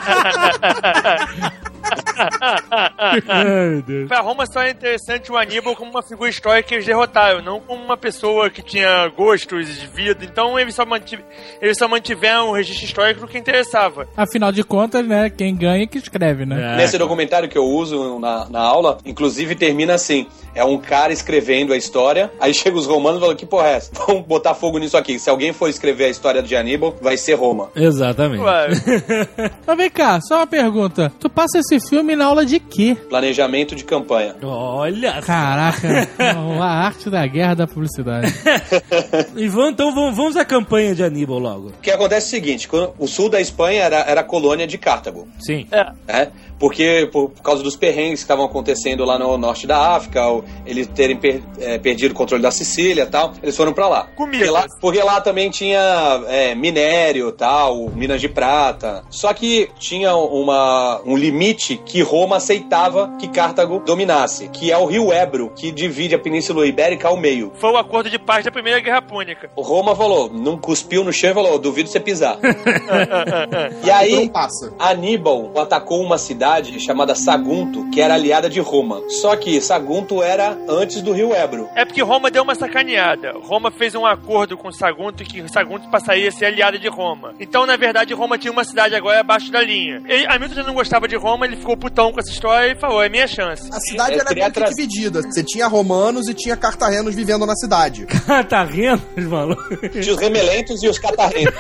Ai, meu Deus. Pra Roma só é interessante o Aníbal como uma figura histórica que eles derrotaram, não como uma pessoa que tinha gostos de vida. Então eles só mantiveram o registro histórico do que interessava. Afinal de contas, né? Quem ganha é que escreve, né? Nesse documentário que eu uso na aula, inclusive termina assim: é um cara escrevendo a história, aí chega os romanos e falam: que porra é essa? Vamos botar fogo nisso aqui. Se alguém for escrever a história de Aníbal, vai ser Roma. Exatamente. Ué. Mas vem cá, só uma pergunta. Tu passa esse filme filme na aula de quê? Planejamento de campanha. Olha! Caraca, a arte da guerra da publicidade. E vamos à campanha de Aníbal logo. O que acontece é o seguinte, o sul da Espanha era colônia de Cartago. Sim. Né? Porque por causa dos perrengues que estavam acontecendo lá no norte da África, eles terem perdido o controle da Sicília e tal, eles foram pra lá. Porque lá também tinha minério tal, minas de prata. Só que tinha um limite que Roma aceitava que Cartago dominasse, que é o rio Ebro, que divide a Península Ibérica ao meio. Foi o acordo de paz da Primeira Guerra Púnica. O Roma falou, não cuspiu no chão e falou, duvido você pisar. E aí, Aníbal atacou uma cidade chamada Sagunto, que era aliada de Roma. Só que Sagunto era antes do rio Ebro. É porque Roma deu uma sacaneada. Roma fez um acordo com Sagunto que Sagunto passaria a ser aliada de Roma. Então, na verdade, Roma tinha uma cidade agora abaixo da linha. Hamilton já não gostava de Roma, ele ficou putão com essa história e falou, é minha chance. A cidade era meio que dividida. Você tinha romanos e tinha cartarenos vivendo na cidade. Cartarenos, maluco? Tinha os remelentos e os catarrenos.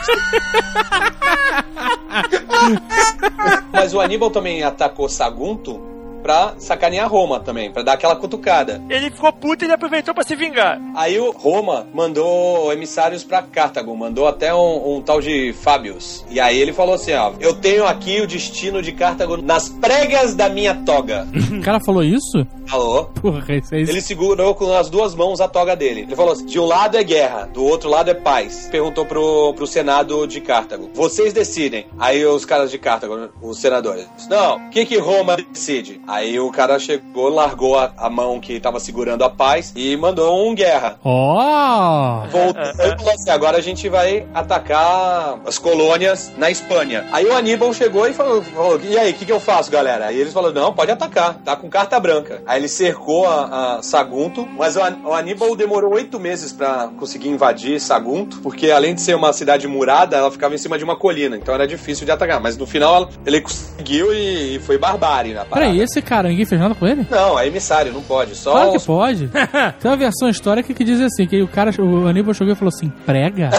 Mas o Aníbal também atacou Sagunto pra sacanear Roma também, pra dar aquela cutucada. Ele ficou puto e ele aproveitou pra se vingar. Aí o Roma mandou emissários pra Cartago, mandou até um tal de Fábios. E aí ele falou assim, ó, eu tenho aqui o destino de Cartago nas pregas da minha toga. O cara falou isso? Falou. Porra, isso é isso. Ele segurou com as duas mãos a toga dele. Ele falou assim, de um lado é guerra, do outro lado é paz. Perguntou pro Senado de Cartago. Vocês decidem. Aí os caras de Cartago, os senadores, não, o que Roma decide? Aí o cara chegou, largou a mão que tava segurando a paz e mandou um guerra. Voltou e falou assim, agora a gente vai atacar as colônias na Espanha. Aí o Aníbal chegou e falou e aí, o que eu faço, galera? Aí eles falaram, não, pode atacar, tá com carta branca. Aí ele cercou a Sagunto, mas o Aníbal demorou 8 meses pra conseguir invadir Sagunto, porque além de ser uma cidade murada, ela ficava em cima de uma colina, então era difícil de atacar. Mas no final ele conseguiu e foi barbárie na parada. Peraí, esse cara, ninguém fez nada com ele? Não, é emissário, não pode. Só claro que pode. Tem uma versão histórica que diz assim, que o Aníbal chegou e falou assim, prega?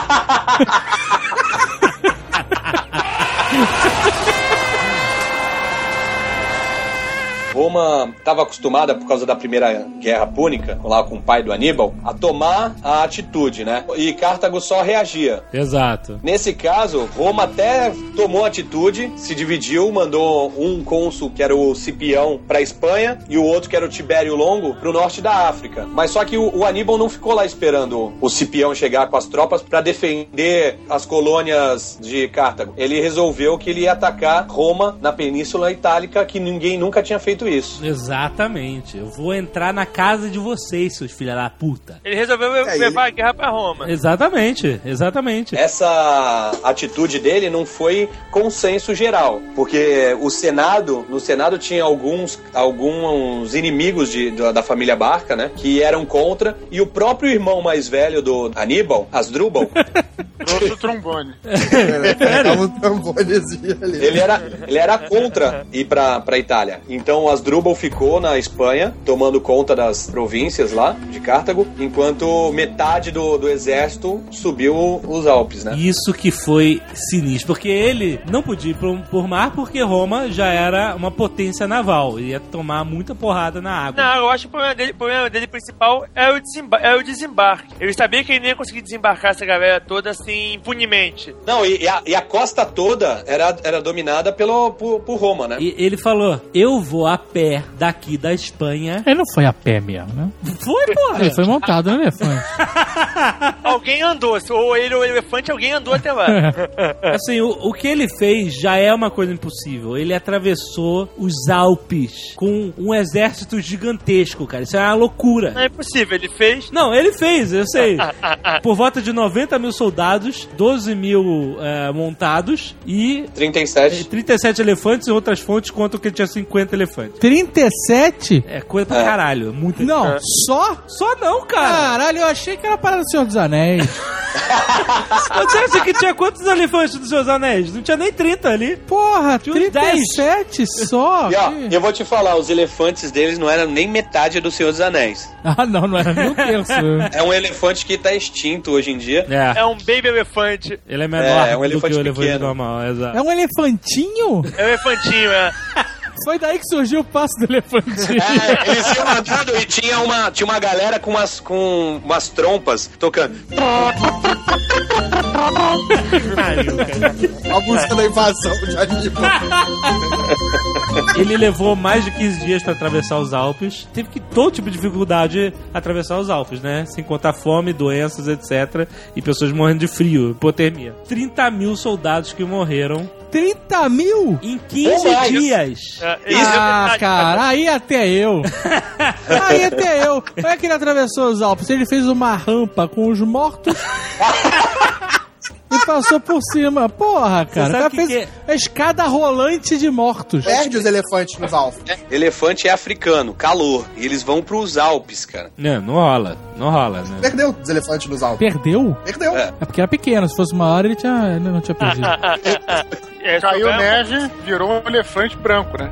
Roma estava acostumada, por causa da Primeira Guerra Púnica, lá com o pai do Aníbal, a tomar a atitude, né? E Cartago só reagia. Exato. Nesse caso, Roma até tomou atitude, se dividiu, mandou um cônsul, que era o Cipião, pra Espanha, e o outro, que era o Tibério Longo, pro norte da África. Mas só que o Aníbal não ficou lá esperando o Cipião chegar com as tropas pra defender as colônias de Cartago. Ele resolveu que ele ia atacar Roma na Península Itálica, que ninguém nunca tinha feito isso. Exatamente. Eu vou entrar na casa de vocês, seus filha da puta. Ele resolveu levar a guerra pra Roma. Exatamente, exatamente. Essa atitude dele não foi consenso geral, porque no Senado tinha alguns inimigos da família Barca, né, que eram contra, e o próprio irmão mais velho do Aníbal, Asdrúbal, trouxe o trombone. Pegava o trombonezinho ali. Ele era contra ir pra Itália. Então Asdrúbal ficou na Espanha, tomando conta das províncias lá de Cartago, enquanto metade do exército subiu os Alpes, né? Isso que foi sinistro, porque ele não podia ir por mar, porque Roma já era uma potência naval, ia tomar muita porrada na água. Não, eu acho que o problema dele principal é o desembarque. Ele sabia que ele nem ia conseguir desembarcar essa galera toda assim, impunemente. Não, e a costa toda era dominada por Roma, né? E ele falou, eu vou a pé daqui da Espanha. Ele não foi a pé mesmo, né? Foi, porra. Ele foi montado no elefante. Alguém andou, ou ele ou o elefante, alguém andou até lá. Assim, o que ele fez já é uma coisa impossível. Ele atravessou os Alpes com um exército gigantesco, cara. Isso é uma loucura. Não é possível, ele fez? Não, ele fez, eu sei. Por volta de 90 mil soldados, 12 mil montados e 37 elefantes. Em outras fontes contam que ele tinha 50 elefantes. 37? É coisa pra caralho. Muito. Não, só? Só não, cara. Caralho, eu achei que era parada do Senhor dos Anéis. Você acha que tinha quantos elefantes dos seus anéis? Não tinha nem 30 ali. Porra, 37 só? E ó, eu vou te falar, os elefantes deles não eram nem metade do Senhor dos Anéis. Ah, não era nem um terço. É um elefante que tá extinto hoje em dia. É um baby elefante. Ele é menor um do que o elefante pequeno. normal, exato. É um elefantinho? É um elefantinho, Foi daí que surgiu o passo do elefante. Eles iam andando e tinha uma galera com umas trompas tocando. A música da invasão de Aníbal. Ele levou mais de 15 dias pra atravessar os Alpes. Teve que todo tipo de dificuldade atravessar os Alpes, né? Sem contar fome, doenças, etc. E pessoas morrendo de frio, hipotermia. 30 mil soldados que morreram 30 mil? em 15 dias. Cara, aí até eu. Aí até eu. Como é que ele atravessou os Alpes? Ele fez uma rampa com os mortos e passou por cima. Porra, cara. sabe O cara fez a escada rolante de mortos. Perde os elefantes nos Alpes. Elefante é africano, calor. E eles vão pros Alpes, cara. Não rola. Não rola, né? Perdeu os elefantes nos Alpes. Perdeu? Perdeu. É. É porque era pequeno. Se fosse maior, ele não tinha perdido. Caiu neve, virou um elefante branco, né?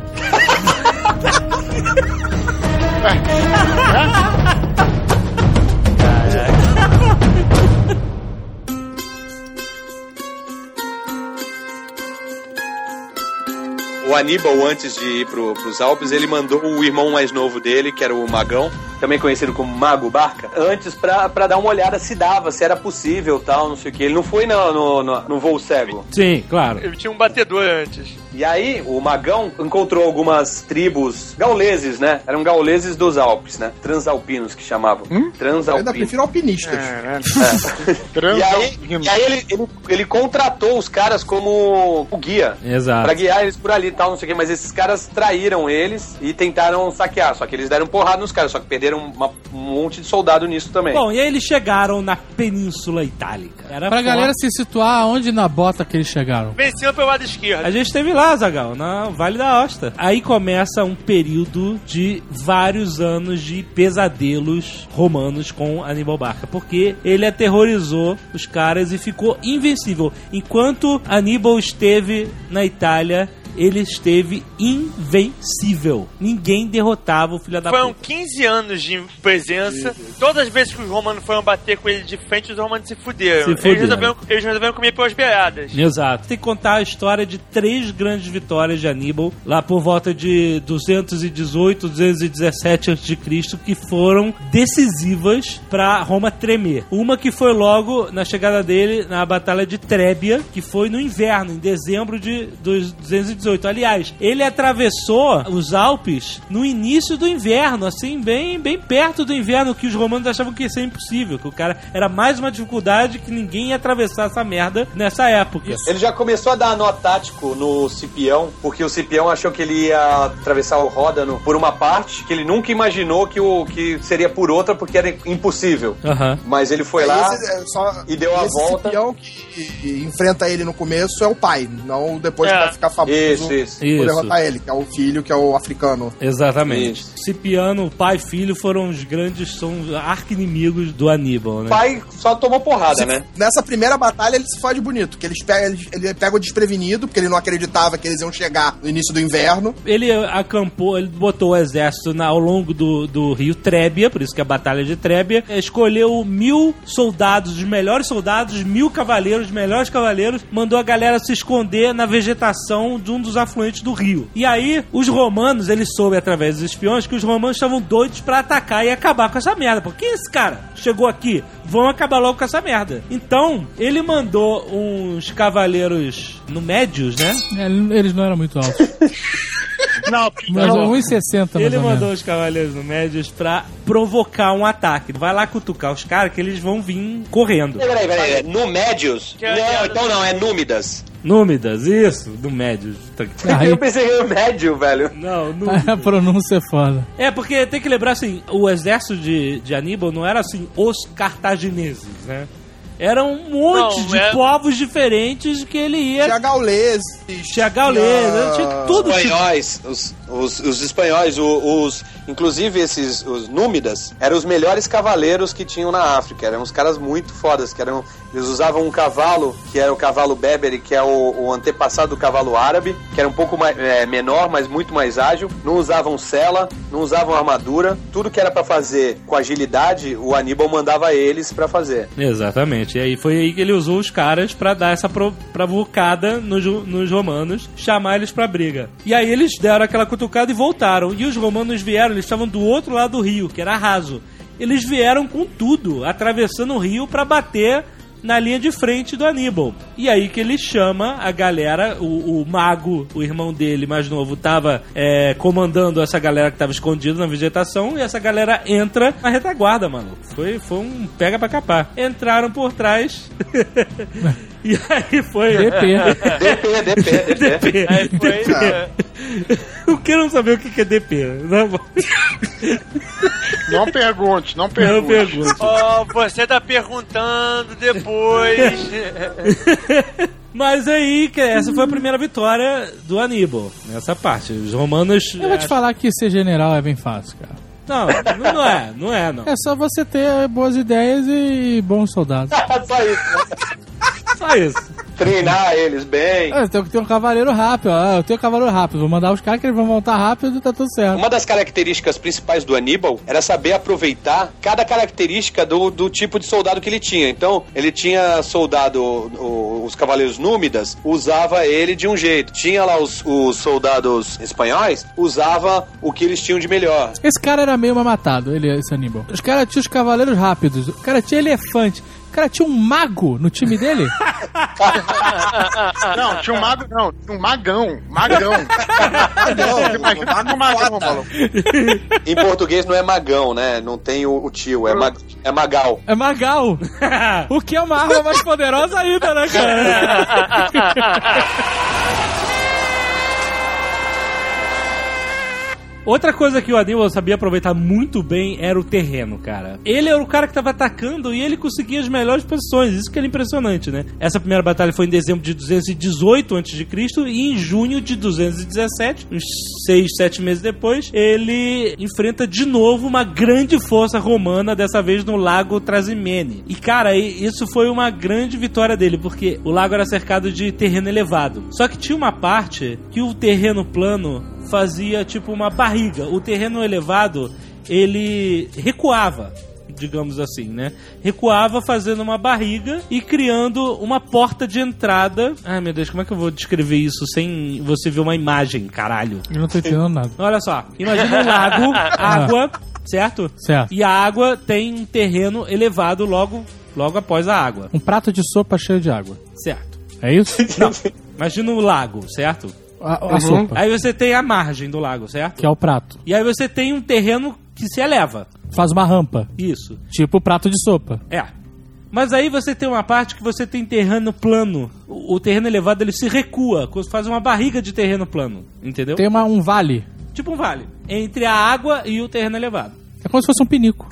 O Aníbal, antes de ir pros Alpes, ele mandou o irmão mais novo dele, que era o Magão, também conhecido como Mago Barca, antes pra dar uma olhada se dava, se era possível, tal, não sei o que. Ele não foi no voo cego. Sim, claro. Ele tinha um batedor antes. E aí, o Magão encontrou algumas tribos gauleses, né? Eram gauleses dos Alpes, né? Transalpinos, que chamavam. Eu ainda Transalpinos. prefiro alpinistas. E aí ele contratou os caras como o guia. Exato. Pra guiar eles por ali e tal, não sei o que. Mas esses caras traíram eles e tentaram saquear. Só que eles deram porrada nos caras. Só que perderam um monte de soldado nisso também. Bom, e aí eles chegaram na Península Itálica. Era Pra foda. galera se situar, onde na bota que eles chegaram? Venceu pelo lado esquerdo. A gente esteve lá, Zagal, na Vale da Aosta. Aí começa um período de vários anos de pesadelos romanos com Aníbal Barca, porque ele aterrorizou os caras e ficou invencível. Enquanto Aníbal esteve na Itália, ele esteve invencível. Ninguém derrotava o filho da Foram puta. 15 anos de presença. Todas as vezes que os romanos foram bater com ele de frente, os romanos se fuderam. Eles resolveram comer pelas beiradas. Exato. Tem que contar a história de 3 grandes vitórias de Aníbal, lá por volta de 218, 217 a.C., que foram decisivas pra Roma tremer. Uma que foi logo na chegada dele na Batalha de Trébia, que foi no inverno, em dezembro de 218. Aliás, ele atravessou os Alpes no início do inverno, assim, bem perto do inverno, que os romanos achavam que ia ser impossível, que o cara era mais uma dificuldade, que ninguém ia atravessar essa merda nessa época. Ele já começou a dar nó tático no Cipião, porque o Cipião achou que ele ia atravessar o Ródano por uma parte, que ele nunca imaginou que seria por outra, porque era impossível. Aham. Mas ele foi lá e deu a esse volta. Cipião que enfrenta ele no começo é o pai, não depois que vai ficar famoso Isso. por derrotar ele, que é o filho, que é o africano. Exatamente. Isso. Cipiano, pai e filho foram os grandes, são arqui-inimigos do Aníbal, O né? pai só tomou porrada, né? Nessa primeira batalha ele se fode bonito, que ele pega o desprevenido, porque ele não acreditava que eles iam chegar no início do inverno. Ele acampou, ele botou o exército ao longo do rio Trébia, por isso que é a Batalha de Trébia, escolheu 1000 soldados, os melhores soldados, 1000 cavaleiros, os melhores cavaleiros, mandou a galera se esconder na vegetação de um dos afluentes do rio. E aí, os romanos, eles soube através dos espiões que os romanos estavam doidos pra atacar e acabar com essa merda. Por que esse cara chegou aqui? Vão acabar logo com essa merda. Então, ele mandou uns cavaleiros médios, né? Eles não eram muito altos. Não, Mas 1,60 mais Ele ou mandou menos. os cavaleiros no médios pra provocar um ataque. Vai lá cutucar os caras que eles vão vir correndo. Peraí. No Médios? Que é- Não, então não, é Númidas. Númidas, isso, do médios. Aí, Eu pensei que era médio, velho. Não, Númidas. a pronúncia é foda. É, porque tem que lembrar assim, o exército de Aníbal não era assim, os cartagineses, né? Eram um monte Não, de povos diferentes que ele ia... Tinha gauleses. Tinha gaulês, tinha tudo. Espanhóis, os espanhóis, inclusive os númidas, eram os melhores cavaleiros que tinham na África. Eram uns caras muito fodas, eles usavam um cavalo, que era o cavalo Berbere, que é o antepassado do cavalo árabe, que era um pouco menor, mas muito mais ágil. Não usavam sela, não usavam armadura. Tudo que era pra fazer com agilidade, o Aníbal mandava eles pra fazer. Exatamente. E aí foi aí que ele usou os caras pra dar essa provocada nos romanos, chamar eles pra briga. E aí eles deram aquela cutucada e voltaram. E os romanos vieram, eles estavam do outro lado do rio, que era raso. Eles vieram com tudo, atravessando o rio pra bater na linha de frente do Aníbal. E aí que ele chama a galera, o mago, o irmão dele mais novo, tava comandando essa galera que tava escondida na vegetação, e essa galera entra na retaguarda, mano. Foi um pega pra capar. Entraram por trás. E aí foi... DP. Aí foi... Eu quero saber o que é DP. Não pergunte. Oh, você tá perguntando depois. Mas aí, essa foi a primeira vitória do Aníbal, nessa parte. Os romanos... Eu vou te falar que ser general é bem fácil, cara. Não é. É só você ter boas ideias e bons soldados. Só isso. Só isso. Treinar eles bem. Eu tenho que ter um cavaleiro rápido. Eu tenho um cavaleiro rápido. Vou mandar os caras que eles vão montar rápido e tá tudo certo. Uma das características principais do Aníbal era saber aproveitar cada característica do tipo de soldado que ele tinha. Então, ele tinha soldado, os cavaleiros númidas, usava ele de um jeito. Tinha lá os soldados espanhóis, usava o que eles tinham de melhor. Esse cara era meio mamatado, esse Aníbal. Os caras tinham os cavaleiros rápidos. O cara tinha elefante. O cara tinha um mago no time dele? Não, tinha um mago, não. Um magão. Imagina um magão, maluco. Em português não é magão, né? Não tem o tio, é magal. É magal. O que é uma arma mais poderosa ainda, né, cara? Outra coisa que o Aníbal sabia aproveitar muito bem era o terreno, cara. Ele era o cara que tava atacando e ele conseguia as melhores posições. Isso que era impressionante, né? Essa primeira batalha foi em dezembro de 218 a.C. e em junho de 217, uns 6, 7 meses depois, ele enfrenta de novo uma grande força romana, dessa vez no Lago Trasimene. E, cara, isso foi uma grande vitória dele, porque o lago era cercado de terreno elevado. Só que tinha uma parte que o terreno plano fazia tipo uma barriga. O terreno elevado, ele recuava, digamos assim, né? Recuava fazendo uma barriga e criando uma porta de entrada. Ai, meu Deus, como é que eu vou descrever isso sem você ver uma imagem, caralho? Eu não tô entendendo nada. Olha só, imagina um lago, água, certo? Certo. E a água tem um terreno elevado logo após a água. Um prato de sopa cheio de água. Certo. É isso? Não, imagina um lago, certo? A sopa. Aí você tem a margem do lago, certo? Que é o prato. E aí você tem um terreno que se eleva. Faz uma rampa. Isso. Tipo prato de sopa. É. Mas aí você tem uma parte que você tem terreno plano. O terreno elevado, ele se recua, faz uma barriga de terreno plano, entendeu? Tem um vale. Tipo um vale. Entre a água e o terreno elevado. É como se fosse um pinico.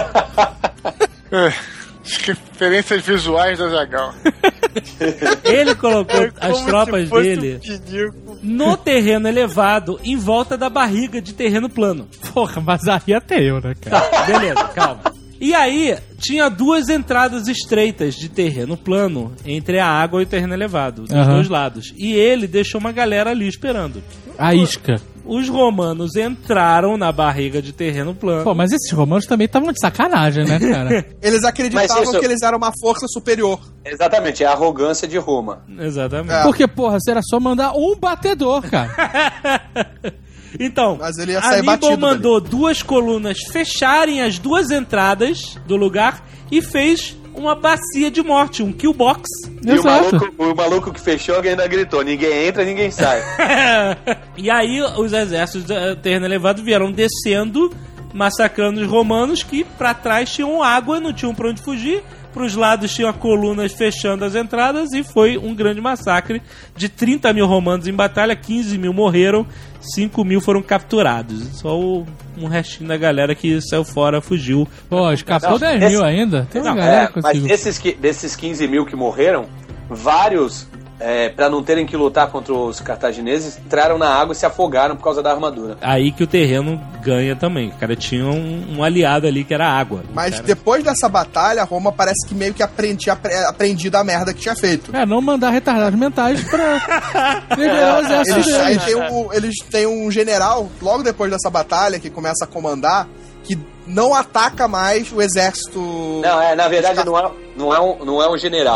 Referências visuais da Zagal. Ele colocou as tropas dele no terreno elevado, em volta da barriga de terreno plano. Porra, mas aí até eu, né, cara? Tá, beleza, calma. E aí, tinha duas entradas estreitas de terreno plano entre a água e o terreno elevado, dos dois lados. E ele deixou uma galera ali esperando. A isca. Os romanos entraram na barriga de terreno plano. Pô, mas esses romanos também estavam de sacanagem, né, cara? Eles acreditavam que eles eram uma força superior. Exatamente, é a arrogância de Roma. Exatamente. É. Porque, porra, era só mandar um batedor, cara. Então, mas ele ia sair Aníbal mandou dali. 2 colunas fecharem as 2 entradas do lugar e fez uma bacia de morte, um kill box. E o maluco que fechou ainda gritou: ninguém entra, ninguém sai. E aí os exércitos do terreno elevado vieram descendo, massacrando os romanos, que pra trás tinham água, não tinham pra onde fugir. Pros lados tinham colunas fechando as entradas e foi um grande massacre. De 30 mil romanos em batalha, 15 mil morreram, 5 mil foram capturados. Só um restinho da galera que saiu fora, fugiu. Pô, escapou 10 mil ainda? Tem uma galera que conseguiu. Mas desses 15 mil que morreram, vários, pra não terem que lutar contra os cartagineses, entraram na água e se afogaram por causa da armadura. Aí que o terreno ganha também. O cara tinha um aliado ali que era a água. Mas depois dessa batalha, Roma parece que meio que aprendido a merda que tinha feito. Não mandar retardados mentais pra liberar o exército deles. Eles têm um general, logo depois dessa batalha, que começa a comandar, que não ataca mais o exército... Não, na verdade não é um general.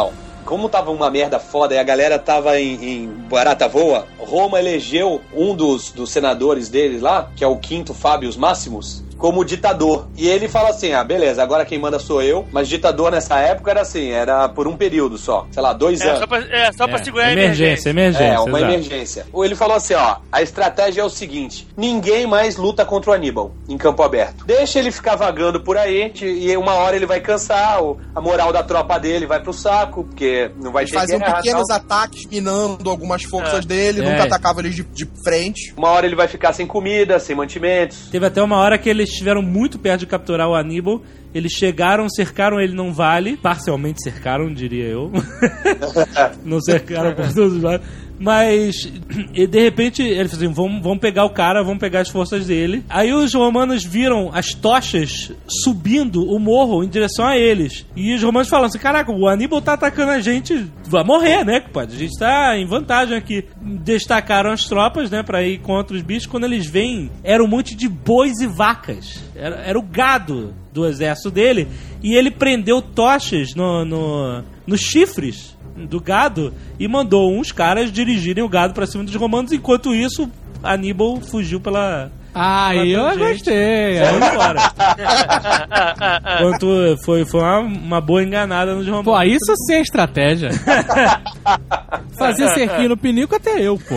como tava uma merda foda e a galera tava em barata voa, Roma elegeu um dos senadores deles lá, que é o Quinto Fábius Máximos, como ditador. E ele fala assim, beleza, agora quem manda sou eu, mas ditador nessa época era assim, era por um período só, sei lá, 2 anos. Só pra segurar a emergência. Uma emergência. Ele falou assim, a estratégia é o seguinte, ninguém mais luta contra o Aníbal em campo aberto. Deixa ele ficar vagando por aí, e uma hora ele vai cansar, a moral da tropa dele vai pro saco, porque não vai ter guerra. Faziam pequenos ataques, minando algumas forças dele, nunca atacavam eles de frente. Uma hora ele vai ficar sem comida, sem mantimentos. Teve até uma hora que eles estiveram muito perto de capturar o Aníbal. Eles chegaram, cercaram ele num vale. Parcialmente cercaram, diria eu. Não cercaram por todos os lados. Mas, de repente, eles falaram assim, vamos pegar o cara, vamos pegar as forças dele. Aí os romanos viram as tochas subindo o morro em direção a eles. E os romanos falaram assim, caraca, o Aníbal tá atacando a gente, vai morrer, né, compadre? A gente tá em vantagem aqui. Destacaram as tropas, né, pra ir contra os bichos. Quando eles vêm, era um monte de bois e vacas. Era o gado do exército dele. E ele prendeu tochas nos chifres do gado e mandou uns caras dirigirem o gado pra cima dos romanos. Enquanto isso, Aníbal fugiu pela... eu gostei. Foi embora. Enquanto foi uma boa enganada nos romanos. Pô, isso sim é estratégia. Fazer cerquinho no pinico até eu, pô.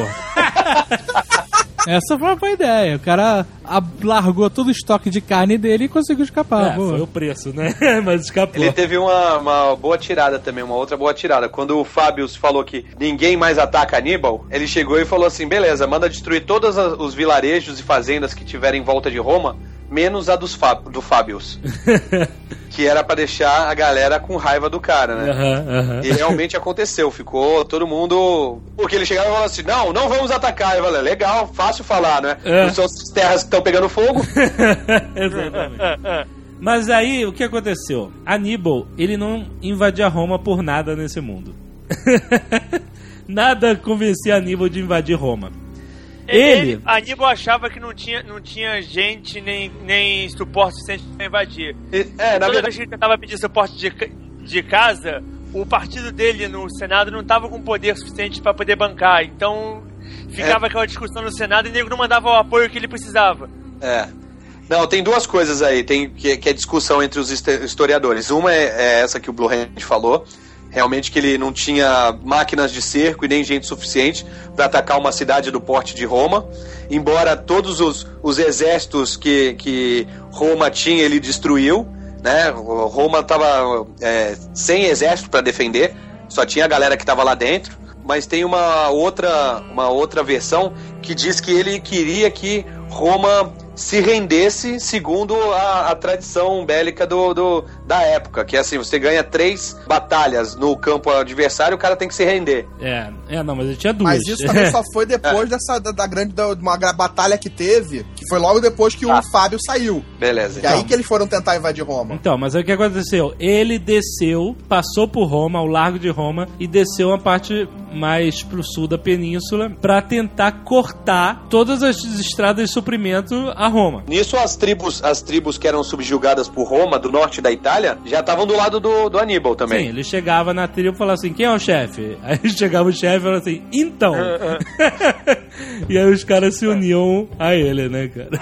Essa foi uma boa ideia. O cara largou todo o estoque de carne dele e conseguiu escapar. Foi o preço, né? Mas escapou. Ele teve uma boa tirada também, uma outra boa tirada. Quando o Fábius falou que ninguém mais ataca Aníbal, ele chegou e falou assim, beleza, manda destruir todos os vilarejos e fazendas que tiverem em volta de Roma, menos a do Fábius. Que era pra deixar a galera com raiva do cara, né? E realmente aconteceu, ficou todo mundo... Porque ele chegava e falava assim, não vamos atacar. Eu falei, legal, fácil falar, né? Não são as terras que estão pegando fogo. Exatamente. Mas aí, o que aconteceu? Aníbal, ele não invadia Roma por nada nesse mundo. Nada convencia Aníbal de invadir Roma. Aníbal achava que não tinha gente nem suporte suficiente pra invadir. Toda vez que ele tentava pedir suporte de casa, o partido dele no Senado não tava com poder suficiente pra poder bancar. Então ficava aquela discussão no Senado e o nego não mandava o apoio que ele precisava. Não, tem duas coisas aí, que é discussão entre os historiadores. Uma é essa que o Blue Hand falou. Realmente que ele não tinha máquinas de cerco e nem gente suficiente para atacar uma cidade do porte de Roma. Embora todos os exércitos que Roma tinha, ele destruiu, né? Roma estava sem exército para defender, só tinha a galera que estava lá dentro. Mas tem uma outra versão que diz que ele queria que Roma se rendesse segundo a tradição bélica da época, que é assim, você ganha 3 batalhas no campo adversário, o cara tem que se render. Não, mas ele tinha 2. Mas isso também só foi depois uma batalha que teve, que foi logo depois que o Fábio saiu. Beleza. E aí que eles foram tentar invadir Roma. Então, mas aí o que aconteceu? Ele desceu, passou por Roma, ao largo de Roma, e desceu uma parte mais pro sul da península pra tentar cortar todas as estradas de suprimento a Roma. Nisso as tribos que eram subjugadas por Roma, do norte da Itália, já estavam do lado do Aníbal também. Sim, ele chegava na tribo e falava assim, quem é o chefe? Aí chegava o chefe e falava assim, então. E aí os caras se uniam a ele, né, cara?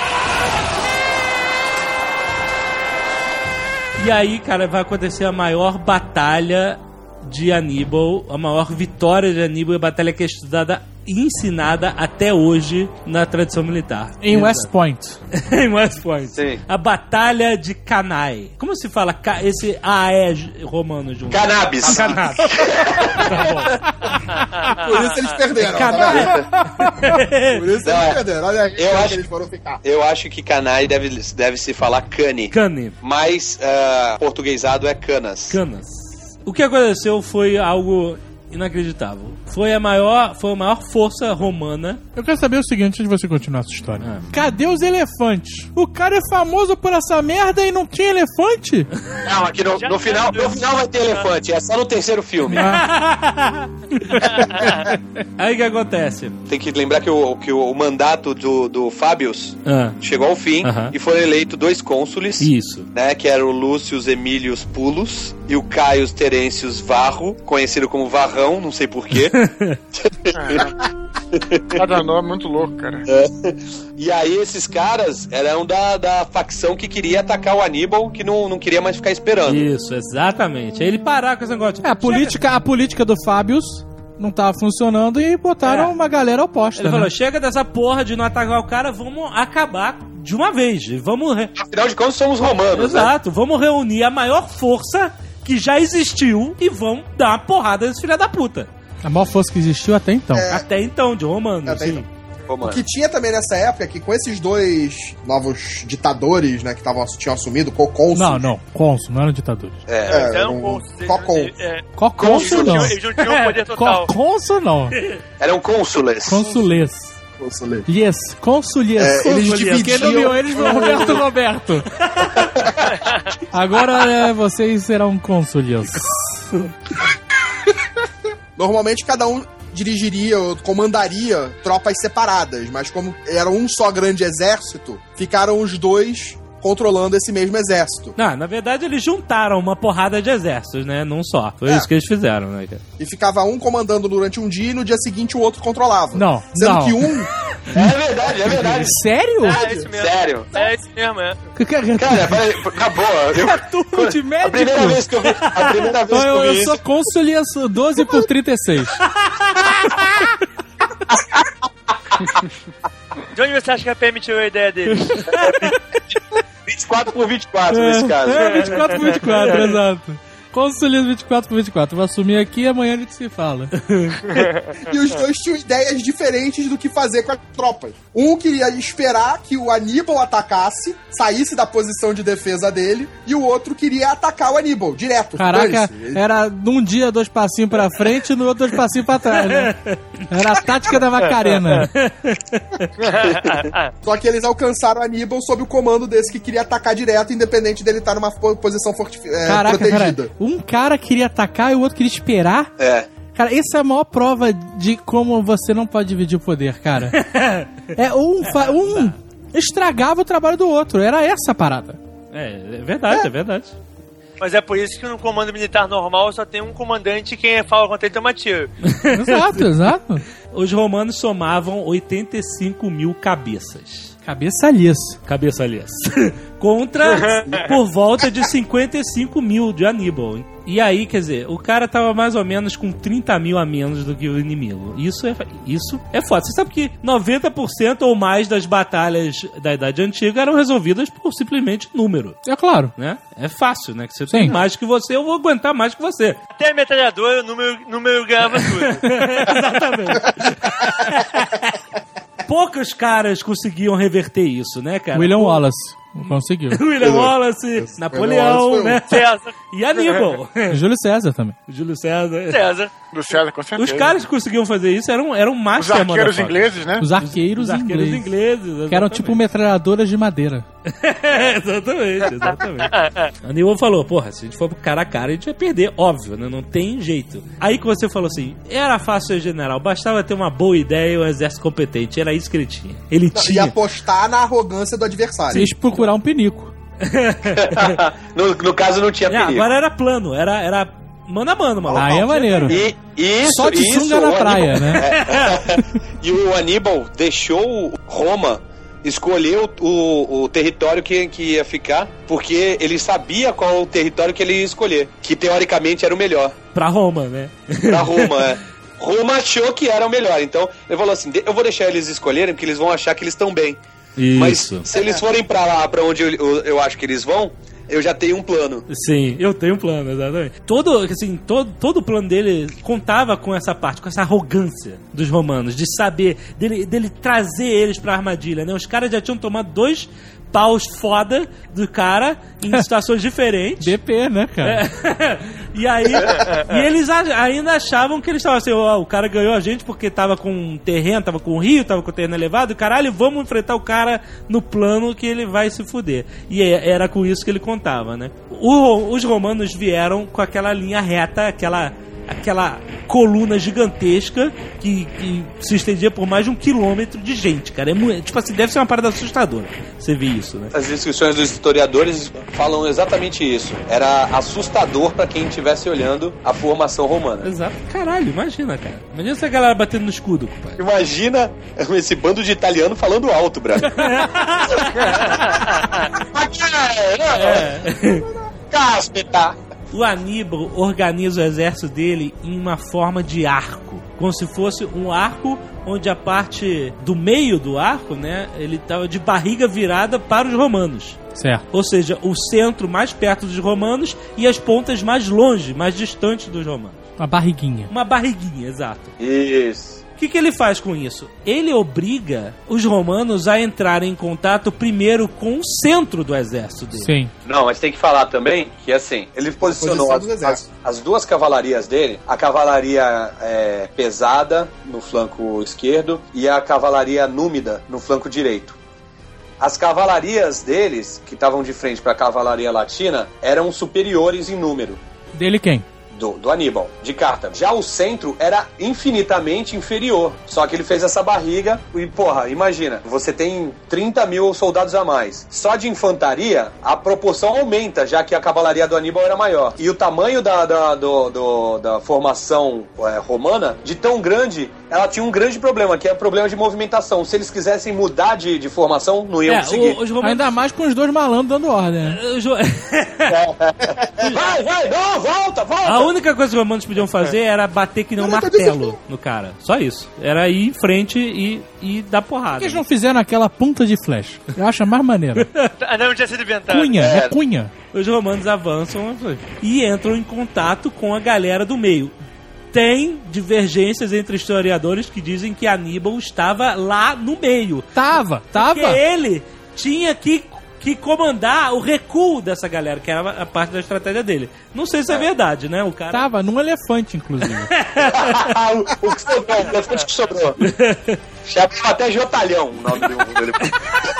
E aí, cara, vai acontecer a maior batalha de Aníbal, a maior vitória de Aníbal, a batalha que é estudada e ensinada até hoje na tradição militar. Em West Point. Em West Point. Sim. A Batalha de Cannae. Como se fala esse AE romano junto? Cannabis. Cannabis. Tá bom. Por isso eles perderam. Por isso eles perderam. Olha aí que eles foram ficar. Eu acho que Cannae deve se falar cane. Cane. Mas portuguesado é canas. Canas. O que aconteceu foi algo inacreditável. Foi a maior força romana. Eu quero saber o seguinte, antes de você continuar a sua história. Cadê os elefantes? O cara é famoso por essa merda e não tinha elefante? Não, aqui no final vai ter elefante. É só no terceiro filme. Aí o que acontece? Tem que lembrar que o mandato do Fábius chegou ao fim e foram eleitos 2 cônsules. Isso. Né, que era o Lúcius Emílius Pulus e o Caius Terêncius Varro, conhecido como Varrão, não sei porquê. Cada nome muito louco, cara. E aí esses caras eram da facção que queria atacar o Aníbal, que não queria mais ficar esperando. Isso, exatamente. Aí ele parar com esse negócio. A política do Fábius não tava funcionando e botaram uma galera oposta. Ele falou, chega dessa porra de não atacar o cara, vamos acabar de uma vez. Afinal de contas, somos romanos. Exato, né? Vamos reunir a maior força que já existiu e vamos dar uma porrada nesse filho da puta. A maior força que existiu até então. Até então, de romanos. Até sim. então. O que tinha também nessa época é que com esses 2 novos ditadores, né, que tinham assumido, co-cônsules... Não, cônsul, não eram ditadores. Eram cônsules. Co-cônsul não. Eles não tinham poder total. Co-cônsul não. Eram cônsules. Consulês. Yes, consulês. Eles dividiam... Quem nomeou eles foi o Roberto. Agora vocês serão cônsules. Normalmente cada um dirigiria ou comandaria tropas separadas, mas como era um só grande exército, ficaram os 2 controlando esse mesmo exército. Não, na verdade eles juntaram uma porrada de exércitos, né? Num só. Foi isso que eles fizeram, né, cara? E ficava um comandando durante um dia e no dia seguinte o outro controlava. Não, Sendo que um... É verdade. Sério? É isso mesmo. Sério. É isso mesmo, Cara, na boa. Turno de médico? A primeira vez que eu vi eu isso... sou cônsules 12 por 36. De onde você acha que a PM tirou a ideia dele? 24 por 24 nesse caso. 24 por 24, exato. Cônsules 24 por 24. Vou assumir aqui e amanhã a gente se fala. E os 2 tinham ideias diferentes do que fazer com as tropas. Um queria esperar que o Aníbal atacasse, saísse da posição de defesa dele, e o outro queria atacar o Aníbal, direto. Caraca, era num dia 2 passinhos pra frente e no outro 2 passinhos pra trás, né? Era a tática da Macarena. Só que eles alcançaram o Aníbal sob o comando desse que queria atacar direto, independente dele estar numa posição protegida. Um cara queria atacar e o outro queria esperar? Cara, essa é a maior prova de como você não pode dividir o poder, cara. Um estragava o trabalho do outro. Era essa a parada. É verdade, é verdade. Mas é por isso que no comando militar normal só tem um comandante e quem fala contra ele toma tiro. Exato. Os romanos somavam 85 mil cabeças. Cabeça liça. Contra por volta de 55 mil de Aníbal. E aí, quer dizer, o cara tava mais ou menos com 30 mil a menos do que o inimigo. Isso é foda. Você sabe que 90% ou mais das batalhas da Idade Antiga eram resolvidas por simplesmente número. É claro. Né? É fácil, né? Que você tem mais que você, eu vou aguentar mais que você. Até a metralhadora, o número ganhava tudo. Exatamente. Poucos caras conseguiam reverter isso, né, cara? William Wallace conseguiu. William Wallace, Napoleão, né? César. E Aníbal. Júlio César também. Júlio César. Do César, com certeza. Os caras que conseguiam fazer isso eram Os arqueiros ingleses, né? Os arqueiros ingleses. Que eram tipo metralhadoras de madeira. Exatamente. Aníbal falou, porra, se a gente for pro cara a cara, a gente vai perder, óbvio, né? Não tem jeito. Aí que você falou assim, era fácil ser general, bastava ter uma boa ideia e um exército competente. Era isso que ele tinha. E apostar na arrogância do adversário. Vocês procurar um pinico. no caso não tinha perigo. Agora era plano, era mano a mano, maluco. Aí é maneiro. Só de sunga na praia, né? E o Aníbal deixou Roma escolher o território que ia ficar, porque ele sabia qual o território que ele ia escolher, que teoricamente era o melhor. Pra Roma, né? Pra Roma, Roma achou que era o melhor, então ele falou assim, eu vou deixar eles escolherem, porque eles vão achar que eles estão bem. Isso. Mas se eles forem pra lá, pra onde eu acho que eles vão, eu já tenho um plano. Sim, eu tenho um plano, exatamente. Todo o plano dele contava com essa parte, com essa arrogância dos romanos, de saber, dele trazer eles pra armadilha, né? Os caras já tinham tomado 2 paus foda do cara em situações diferentes. DP, né, cara? E aí, eles ainda achavam que eles estavam assim, o cara ganhou a gente porque tava com um terreno, tava com um rio, tava com o terreno elevado, e caralho, vamos enfrentar o cara no plano que ele vai se fuder. E era com isso que ele contava, né? Os romanos vieram com aquela linha reta, aquela coluna gigantesca que se estendia por mais de 1 quilômetro de gente, cara. Tipo assim, deve ser uma parada assustadora você vê isso, né? As descrições dos historiadores falam exatamente isso. Era assustador pra quem estivesse olhando a formação romana. Exato. Caralho, imagina, cara. Imagina essa galera batendo no escudo, compadre. Imagina esse bando de italiano falando alto, brother. Cáspita! O Aníbal organiza o exército dele em uma forma de arco, como se fosse um arco onde a parte do meio do arco, né, ele estava de barriga virada para os romanos. Certo. Ou seja, o centro mais perto dos romanos e as pontas mais longe, mais distantes dos romanos. Uma barriguinha. Uma barriguinha, exato. Isso. O que ele faz com isso? Ele obriga os romanos a entrarem em contato primeiro com o centro do exército dele. Sim. Não, mas tem que falar também que, assim, ele posicionou as duas cavalarias dele, a cavalaria pesada no flanco esquerdo e a cavalaria númida no flanco direito. As cavalarias deles, que estavam de frente para a cavalaria latina, eram superiores em número. Dele quem? Do Aníbal, de Cartago. Já o centro era infinitamente inferior. Só que ele fez essa barriga e, porra, imagina, você tem 30 mil soldados a mais. Só de infantaria, a proporção aumenta, já que a cavalaria do Aníbal era maior. E o tamanho da formação romana, de tão grande, ela tinha um grande problema, que é o problema de movimentação. Se eles quisessem mudar de formação, não iam conseguir. Ainda mais com os dois malandros dando ordem, né? Vai, não, volta! A única coisa que os romanos podiam fazer era bater que nem um martelo no cara. Só isso. Era ir em frente e dar porrada. Por que eles não fizeram aquela ponta de flecha? Eu acho a mais maneira. Não tinha sido inventado. Cunha, é cunha. Os romanos avançam e entram em contato com a galera do meio. Tem divergências entre historiadores que dizem que Aníbal estava lá no meio. Tava. Porque ele tinha que comandar o recuo dessa galera, que era a parte da estratégia dele. Não sei se é verdade, né? O cara... Tava num elefante, inclusive. O que sobrou, o elefante que sobrou. Chamava até Jotalhão o nome do elefante.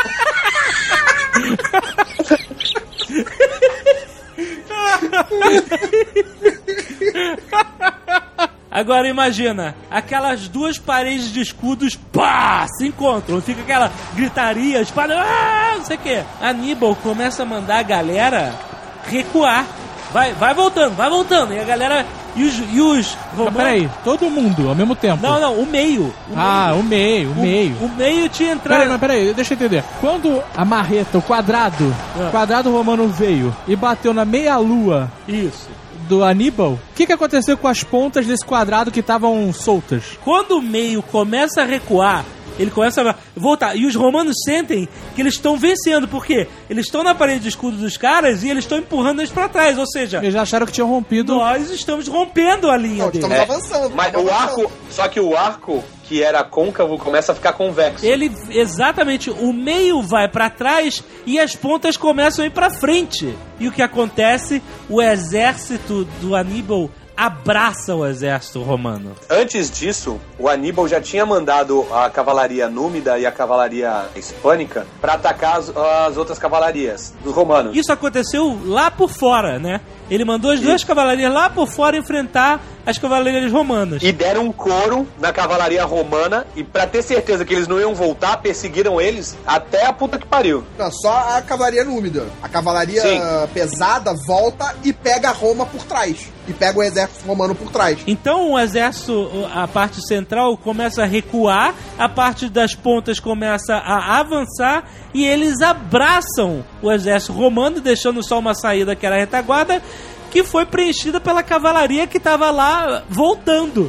Agora imagina, aquelas duas paredes de escudos, pá, se encontram, fica aquela gritaria, espada, não sei o que. Aníbal começa a mandar a galera recuar. Vai voltando. E a galera... E os romanos... Peraí, todo mundo ao mesmo tempo? Não, o meio. O meio. O meio tinha entrado... Peraí, deixa eu entender. Quando a marreta, o quadrado romano veio e bateu na meia-lua... Isso. Do Aníbal, o que aconteceu com as pontas desse quadrado que estavam soltas? Quando o meio começa a recuar, ele começa a voltar. E os romanos sentem que eles estão vencendo, porque eles estão na parede de escudo dos caras e eles estão empurrando eles pra trás. Ou seja, eles já acharam que tinham rompido. Nós estamos rompendo a linha deles. Estamos avançando. Mas o arco, só que o arco que era côncavo começa a ficar convexo. Exatamente, o meio vai pra trás e as pontas começam a ir pra frente. E o que acontece? O exército do Aníbal abraça o exército romano. Antes disso, o Aníbal já tinha mandado a cavalaria númida e a cavalaria hispânica para atacar as outras cavalarias dos romanos. Isso aconteceu lá por fora, né? Ele mandou as duas cavalarias lá por fora enfrentar as cavalarias romanas. E deram um coro na cavalaria romana e pra ter certeza que eles não iam voltar, perseguiram eles até a puta que pariu. Não, só a cavalaria númida. A cavalaria pesada volta e pega Roma por trás. E pega o exército romano por trás. Então o exército, a parte central começa a recuar, a parte das pontas começa a avançar e eles abraçam o exército romano, deixando só uma saída que era a retaguarda, que foi preenchida pela cavalaria que estava lá voltando.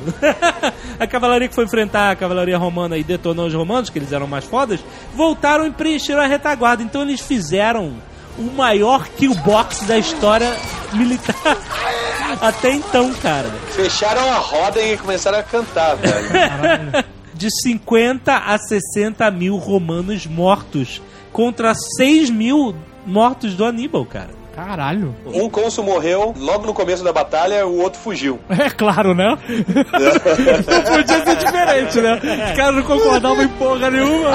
A cavalaria que foi enfrentar a cavalaria romana e detonou os romanos, que eles eram mais fodas, voltaram e preencheram a retaguarda. Então eles fizeram o maior killbox da história militar até então, cara. Fecharam a roda e começaram a cantar, velho. De 50 a 60 mil romanos mortos contra 6 mil mortos do Aníbal, cara. Caralho. Um cônsul morreu logo no começo da batalha, o outro fugiu. É claro, né? Não podia ser diferente, né? Os caras não concordavam em porra nenhuma.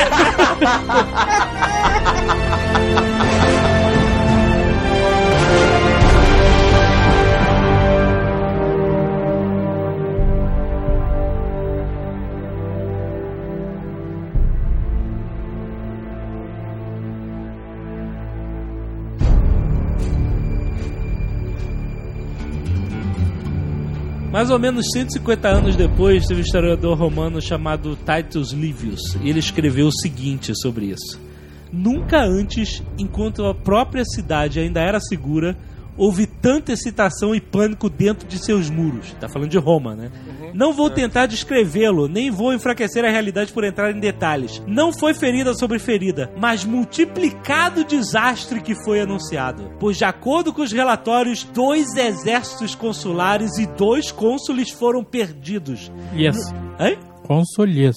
Mais ou menos 150 anos depois, teve um historiador romano chamado Titus Livius, e ele escreveu o seguinte sobre isso: nunca antes, enquanto a própria cidade ainda era segura, houve tanta excitação e pânico dentro de seus muros. Tá falando de Roma, né? Não vou tentar descrevê-lo, nem vou enfraquecer a realidade por entrar em detalhes. Não foi ferida sobre ferida, mas multiplicado o desastre que foi anunciado. Pois, de acordo com os relatórios, 2 exércitos consulares e 2 cônsules foram perdidos. Yes. Hein? Consolhes.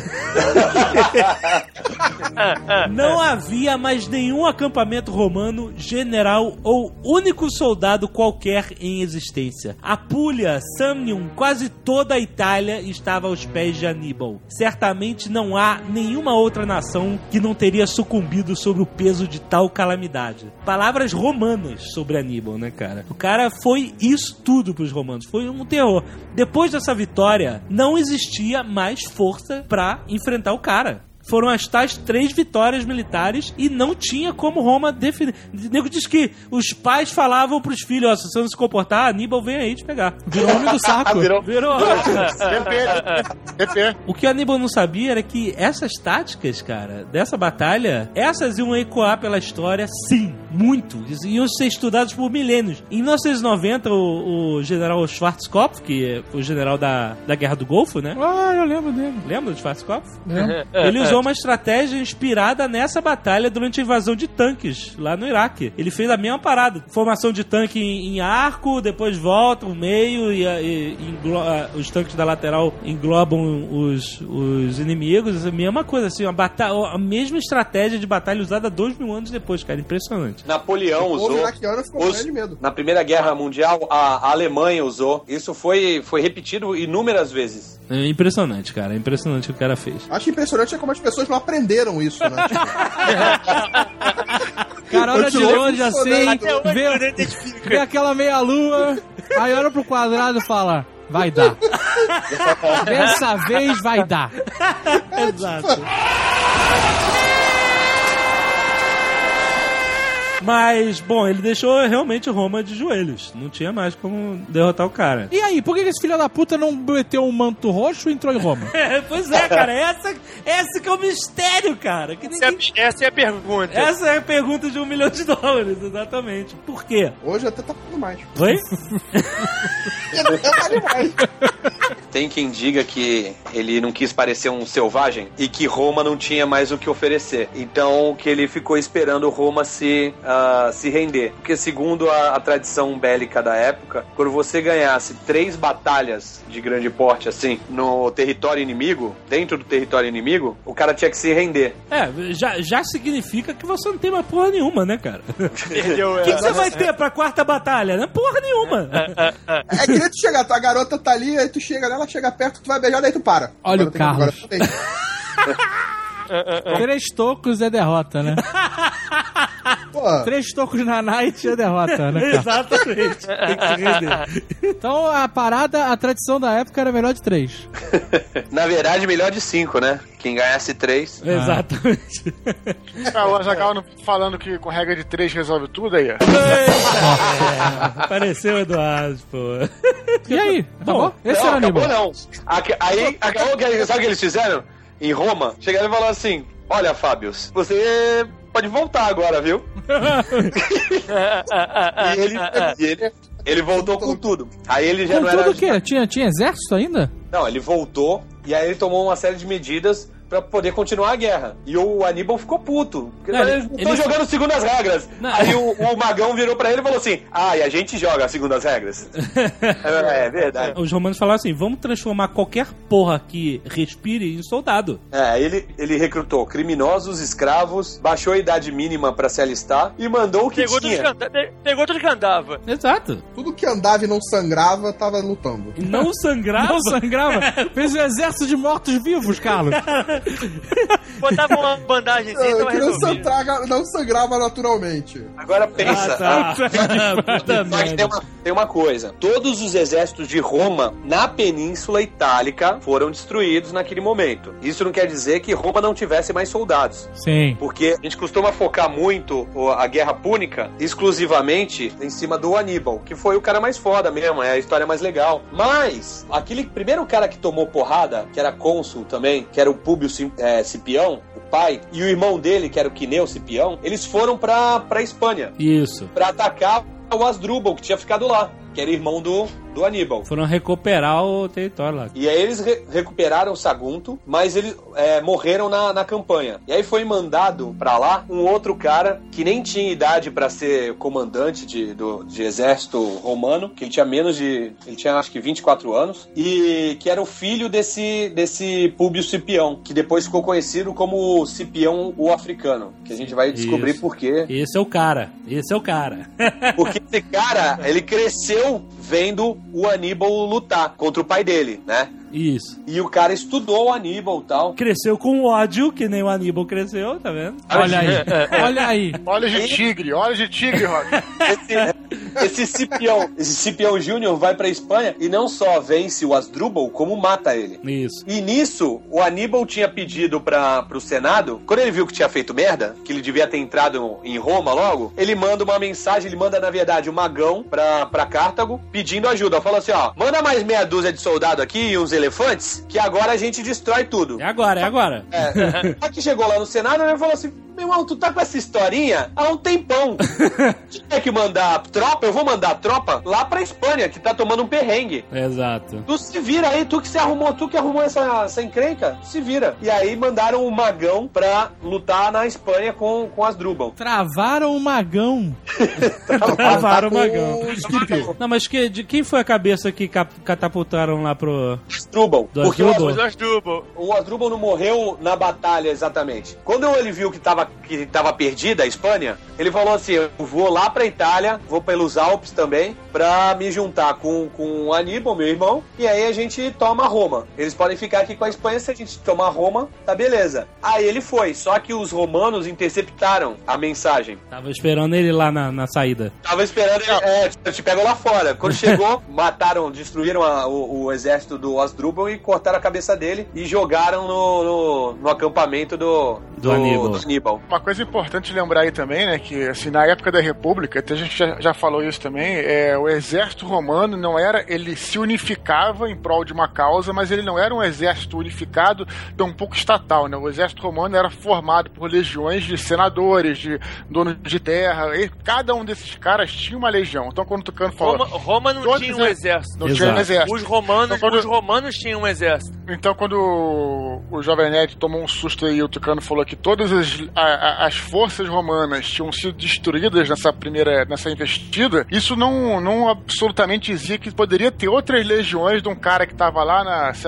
Não havia mais nenhum acampamento romano, general ou único soldado qualquer em existência. Apulia, Samnium, quase toda a Itália estava aos pés de Aníbal. Certamente não há nenhuma outra nação que não teria sucumbido sob o peso de tal calamidade. Palavras romanas sobre Aníbal, né, cara? O cara foi isso tudo pros romanos. Foi um terror. Depois dessa vitória, não existia mais força pra enfrentar o cara. Foram as tais 3 vitórias militares e não tinha como Roma definir. O nego diz que os pais falavam pros filhos: ó, se você não se comportar, Aníbal vem aí te pegar. Virou homem do saco. Virou. DP. O que Aníbal não sabia era que essas táticas, cara, dessa batalha, essas iam ecoar pela história, sim, muito. Iam ser estudados por milênios. Em 1990, o general Schwarzkopf, que é o general da Guerra do Golfo, né? Ah, eu lembro dele. Lembra do Schwarzkopf? Lembro. Ele usou uma estratégia inspirada nessa batalha durante a invasão de tanques lá no Iraque. Ele fez a mesma parada. Formação de tanque em arco, depois volta o meio e os tanques da lateral englobam os inimigos. A mesma coisa, assim, a mesma estratégia de batalha usada 2000 anos depois, cara. Impressionante. Napoleão usou. O iraquiano ficou morrendo de medo. Na Primeira Guerra Mundial, a Alemanha usou. Isso foi repetido inúmeras vezes. É impressionante, cara. É impressionante o que o cara fez. Acho impressionante como as pessoas não aprenderam isso, né? Cara, olha de longe assim, vê aquela meia-lua, aí olha pro quadrado e fala: vai dar. Dessa vez vai dar. Exato. Mas, bom, ele deixou realmente Roma de joelhos. Não tinha mais como derrotar o cara. E aí, por que esse filho da puta não meteu um manto roxo e entrou em Roma? Pois é, cara. Essa que é o mistério, cara. Que Essa é a pergunta. Essa é a pergunta de $1 milhão, exatamente. Por quê? Hoje até tá falando mais. Oi? Tem quem diga que ele não quis parecer um selvagem e que Roma não tinha mais o que oferecer. Então, que ele ficou esperando Roma se render. Porque segundo a tradição bélica da época, quando você ganhasse 3 batalhas de grande porte, assim, no território inimigo, dentro do território inimigo, o cara tinha que se render. Já significa que você não tem mais porra nenhuma, né, cara? Perdeu O que você vai ter pra 4ª batalha? Não é porra nenhuma. É que nem tu chegar, a garota tá ali, aí tu chega nela, chega perto, tu vai beijar, daí tu para. Olha Agora o Carlos. 3 tocos é derrota, né? Pô. 3 tocos na night é derrota, né? Exatamente. Tem que se render. Então a parada, a tradição da época era melhor de 3. Na verdade, melhor de 5, né? Quem ganhasse 3. Exatamente. O Azaghal falando que com regra de 3 resolve tudo aí. Apareceu, Eduardo, pô. E aí? Acabou? Esse não, era o acabou Aníbal. não. Aí, acabou, sabe o que eles fizeram? Em Roma, chegaram e falaram assim: olha, Fábio, você pode voltar agora, viu? e ele voltou com tudo. Aí ele já Com não tudo era... o quê? Tinha exército ainda? Não, ele voltou e aí ele tomou uma série de medidas pra poder continuar a guerra. E o Aníbal ficou puto. Porque eles estão jogando segundo as regras. Não. Aí o magão virou pra ele e falou assim, e a gente joga segundo as regras. É verdade. Os romanos falaram assim, vamos transformar qualquer porra que respire em soldado. Ele recrutou criminosos, escravos, baixou a idade mínima pra se alistar e mandou o que tinha. Pegou tudo que andava. Exato. Tudo que andava e não sangrava, tava lutando. E não sangrava? Não sangrava? Fez um exército de mortos-vivos, Carlos. Botava uma bandagemzinha e tava Que resolvido. não sangrava naturalmente. Agora pensa. Só que tem uma coisa. Todos os exércitos de Roma na Península Itálica foram destruídos naquele momento. Isso não quer dizer que Roma não tivesse mais soldados. Sim. Porque a gente costuma focar muito a Guerra Púnica exclusivamente em cima do Aníbal, que foi o cara mais foda mesmo, é a história mais legal. Mas, aquele primeiro cara que tomou porrada, que era cônsul também, que era o Públio Cipião, o pai, e o irmão dele, que era o Quineu Cipião, eles foram pra Espanha. Isso. Pra atacar o Asdrúbal, que tinha ficado lá, que era irmão do Aníbal. Foram recuperar o território lá. E aí eles recuperaram Sagunto, mas eles morreram na campanha. E aí foi mandado pra lá um outro cara que nem tinha idade pra ser comandante de exército romano, que ele tinha ele tinha acho que 24 anos, e que era o filho desse Públio Cipião, que depois ficou conhecido como Cipião o Africano, que a gente vai descobrir por quê. Esse é o cara. Porque esse cara, ele cresceu vendo o Aníbal lutar contra o pai dele, né? Isso. E o cara estudou o Aníbal e tal. Cresceu com ódio, que nem o Aníbal cresceu, tá vendo? Olha aí, olha aí. Olhos de tigre, Rock. Esse Cipião Júnior vai pra Espanha e não só vence o Asdrúbal, como mata ele. Isso. E nisso, o Aníbal tinha pedido pro Senado, quando ele viu que tinha feito merda, que ele devia ter entrado em Roma logo, ele manda uma mensagem, ele manda, na verdade, um magão pra Cartago, pedindo ajuda. Fala assim, manda mais meia dúzia de soldado aqui e uns elefantes, que agora a gente destrói tudo. É agora. Só que chegou lá no Senado, ele falou assim, meu irmão, tu tá com essa historinha há um tempão. Tinha que mandar tropa, eu vou mandar tropa lá pra Espanha, que tá tomando um perrengue. Exato. Tu se vira aí, tu que arrumou essa encrenca, se vira. E aí mandaram o magão pra lutar na Espanha com Asdrúbal. Travaram o magão. Travaram o magão. Não, mas quem foi a cabeça que catapultaram lá pro... Asdrúbal. Porque Asdrúbal. o Asdrúbal não morreu na batalha exatamente. Quando ele viu que tava perdida a Espanha, ele falou assim, eu vou lá pra Itália, vou pelos Alpes também, pra me juntar com o Aníbal, meu irmão, e aí a gente toma Roma. Eles podem ficar aqui com a Espanha, se a gente tomar Roma, tá beleza. Aí ele foi, só que os romanos interceptaram a mensagem. Tava esperando ele lá na saída. Tava esperando ele, te pegou lá fora. Quando chegou, destruíram o exército do Asdrúbal e cortaram a cabeça dele e jogaram no acampamento do Aníbal. Uma coisa importante lembrar aí também, né, que assim, na época da República, até a gente já falou isso também, o exército romano ele se unificava em prol de uma causa, mas ele não era um exército unificado, um pouco estatal, né? O exército romano era formado por legiões de senadores, de donos de terra, e cada um desses caras tinha uma legião. Então quando o Tucano falou... Roma não tinha um exército. Não tinha um exército. Os romanos tinham um exército. Então quando o Jovem Nerd tomou um susto aí, o Tucano falou que todas as forças romanas tinham sido destruídas nessa investida, isso não absolutamente dizia que poderia ter outras legiões de um cara que tava lá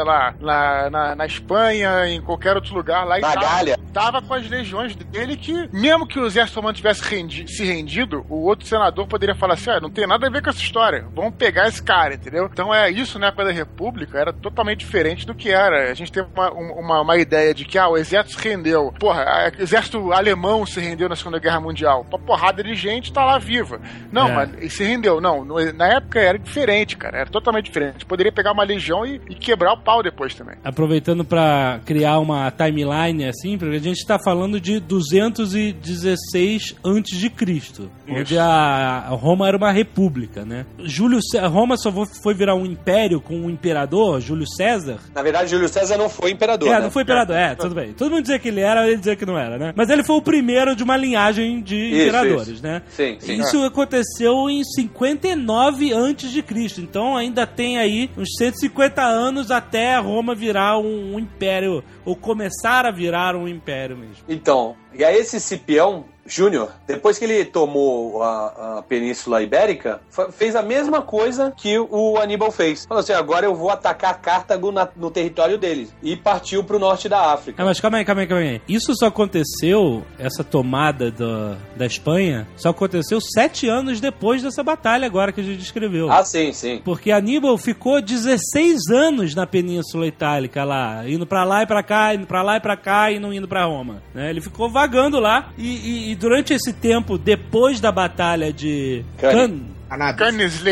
na Espanha, em qualquer outro lugar lá, e tava com as legiões dele, que mesmo que o exército romano tivesse se rendido, o outro senador poderia falar assim, não tem nada a ver com essa história, vamos pegar esse cara, entendeu? Então isso na época da República era totalmente diferente do que era. A gente tem uma ideia de que o exército se rendeu. Porra, o exército alemão se rendeu na Segunda Guerra Mundial. Uma porrada de gente tá lá viva. Não, mas se rendeu. Não, na época era diferente, cara. Era totalmente diferente. Poderia pegar uma legião e quebrar o pau depois também. Aproveitando pra criar uma timeline assim, pra gente tá falando de 216 a.C., onde a Roma era uma república, né? Roma só foi virar um império com um imperador, Júlio César. Na verdade, Júlio César não foi imperador, né? Não foi imperador, tudo bem. Todo mundo dizia que ele era, ele dizia que não era, né? Mas ele foi o primeiro de uma linhagem de imperadores, né? Sim. Isso aconteceu em 59 a.C., então ainda tem aí uns 150 anos até Roma virar um império, ou começar a virar um império mesmo. Então, e aí esse Cipião Júnior, depois que ele tomou a Península Ibérica, fez a mesma coisa que o Aníbal fez. Falou assim, agora eu vou atacar Cartago no território deles. E partiu pro norte da África. Mas calma aí. Isso só aconteceu, essa tomada da Espanha, só aconteceu 7 anos depois dessa batalha agora que a gente descreveu. Ah, sim. Porque Aníbal ficou 16 anos na Península Itálica lá, indo pra lá e pra cá, indo pra lá e pra cá e não indo pra Roma, né? Ele ficou vagando lá e durante esse tempo, depois da batalha de Cannes.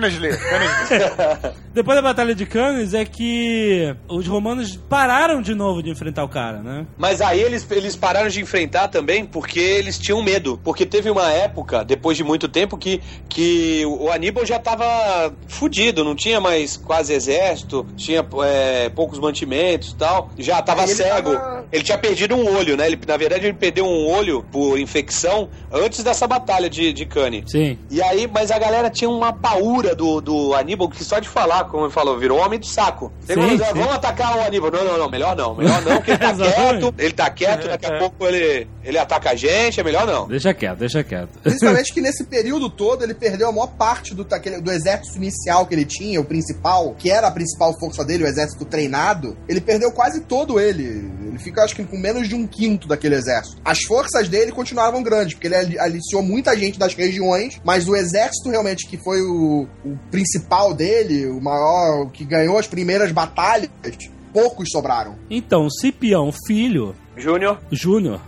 Depois da batalha de Cannes é que os romanos pararam de novo de enfrentar o cara, né? Mas aí eles pararam de enfrentar também porque eles tinham medo. Porque teve uma época, depois de muito tempo, que o Aníbal já tava fudido, não tinha mais quase exército, tinha poucos mantimentos e tal, já tava cego. Ele tinha perdido um olho, né? Na verdade, ele perdeu um olho por infecção antes dessa batalha de Cannes. Sim. E aí, mas a galera tinha uma paura do Aníbal que só de falar, como ele falou, virou homem do saco. Vamos atacar o Aníbal. Não, melhor não, porque ele tá quieto, daqui a pouco ele ataca a gente, é melhor não. Deixa quieto. Principalmente que nesse período todo ele perdeu a maior parte do exército inicial que ele tinha, o principal, que era a principal força dele, o exército treinado, ele perdeu quase todo ele. Ele fica, acho que, com menos de 1/5 daquele exército. As forças dele continuavam grandes, porque ele aliciou muita gente das regiões, mas o exército realmente que foi o principal dele, o maior, que ganhou as primeiras batalhas, poucos sobraram. Então, Cipião Filho Júnior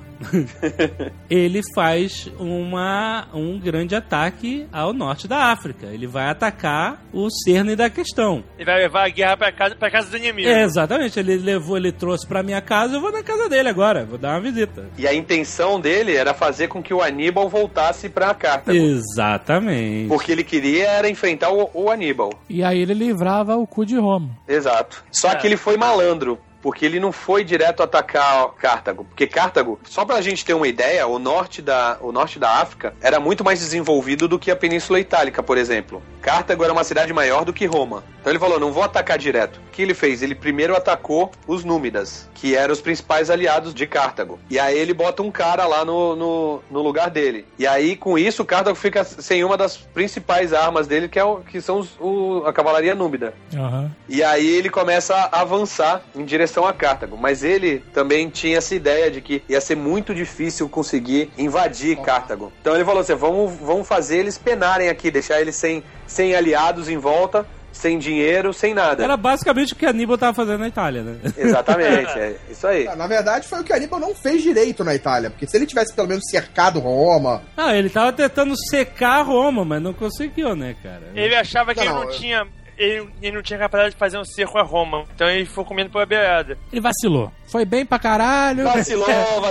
ele faz um grande ataque ao norte da África. Ele vai atacar o cerne da questão. Ele vai levar a guerra pra casa do inimigo. Exatamente. Ele trouxe pra minha casa, eu vou na casa dele agora, vou dar uma visita. E a intenção dele era fazer com que o Aníbal voltasse pra Cartago. Exatamente. Porque ele queria era enfrentar o Aníbal. E aí ele livrava o cu de Roma. Exato. Só que ele foi malandro. Porque ele não foi direto atacar Cartago. Porque Cartago, só pra gente ter uma ideia, o norte da África era muito mais desenvolvido do que a Península Itálica, por exemplo. Cartago era uma cidade maior do que Roma. Então ele falou, não vou atacar direto. O que ele fez? Ele primeiro atacou os Númidas, que eram os principais aliados de Cartago. E aí ele bota um cara lá no lugar dele. E aí, com isso, Cartago fica sem uma das principais armas dele, que são a cavalaria númida. Uhum. E aí ele começa a avançar em direção a Cartago, mas ele também tinha essa ideia de que ia ser muito difícil conseguir invadir Cartago. Então ele falou assim, vamos fazer eles penarem aqui, deixar eles sem aliados em volta, sem dinheiro, sem nada. Era basicamente o que Aníbal estava fazendo na Itália, né? Exatamente, é isso aí. Na verdade, foi o que Aníbal não fez direito na Itália, porque se ele tivesse pelo menos cercado Roma... Ele estava tentando secar Roma, mas não conseguiu, né, cara? Ele achava que ele não tinha... Ele não tinha capacidade de fazer um cerco a Roma. Então ele foi comendo pela beirada. Ele vacilou. Foi bem pra caralho. Vacilou.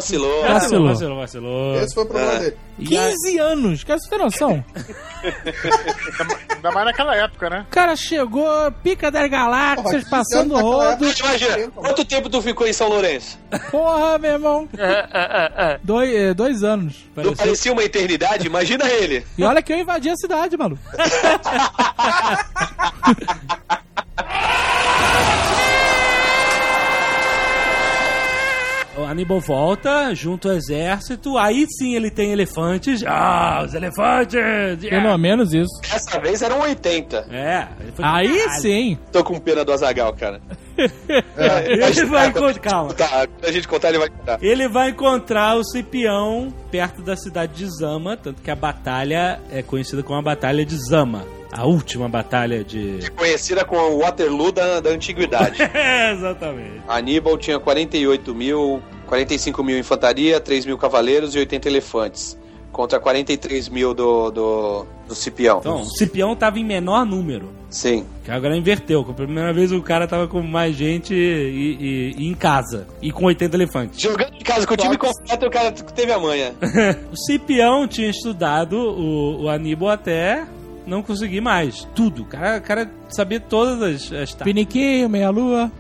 Esse foi o problema dele. 15 anos. Cara, você tem noção? Ainda mais naquela época, né? O cara chegou, pica das galáxias, passando rodo. Imagina, quanto tempo tu ficou em São Lourenço? Porra, meu irmão. 2 anos. Não parecia uma eternidade? Imagina ele. E olha que eu invadi a cidade, mano. O Aníbal volta, junto ao exército, aí sim ele tem elefantes. Os elefantes! Pelo menos isso. Dessa vez eram 80. Aí sim. Tô com pena do Azaghal, cara. Ele vai encontrar. Calma. Quando a gente contar, ele vai contar. Ele vai encontrar o Cipião perto da cidade de Zama, tanto que a batalha é conhecida como a Batalha de Zama. A última batalha de... Conhecida como o Waterloo da antiguidade. Exatamente. Aníbal tinha 45 mil infantaria, 3 mil cavaleiros e 80 elefantes. contra 43 mil do Cipião. Então, o Cipião tava em menor número. Sim. Que agora inverteu. Com a primeira vez o cara tava com mais gente e em casa. E com 80 elefantes. Jogando em casa com o time completo, o cara teve a manha. O Cipião tinha estudado o Aníbal até não conseguir mais. Tudo. O cara sabia todas as táticas. Piniquinho, meia-lua.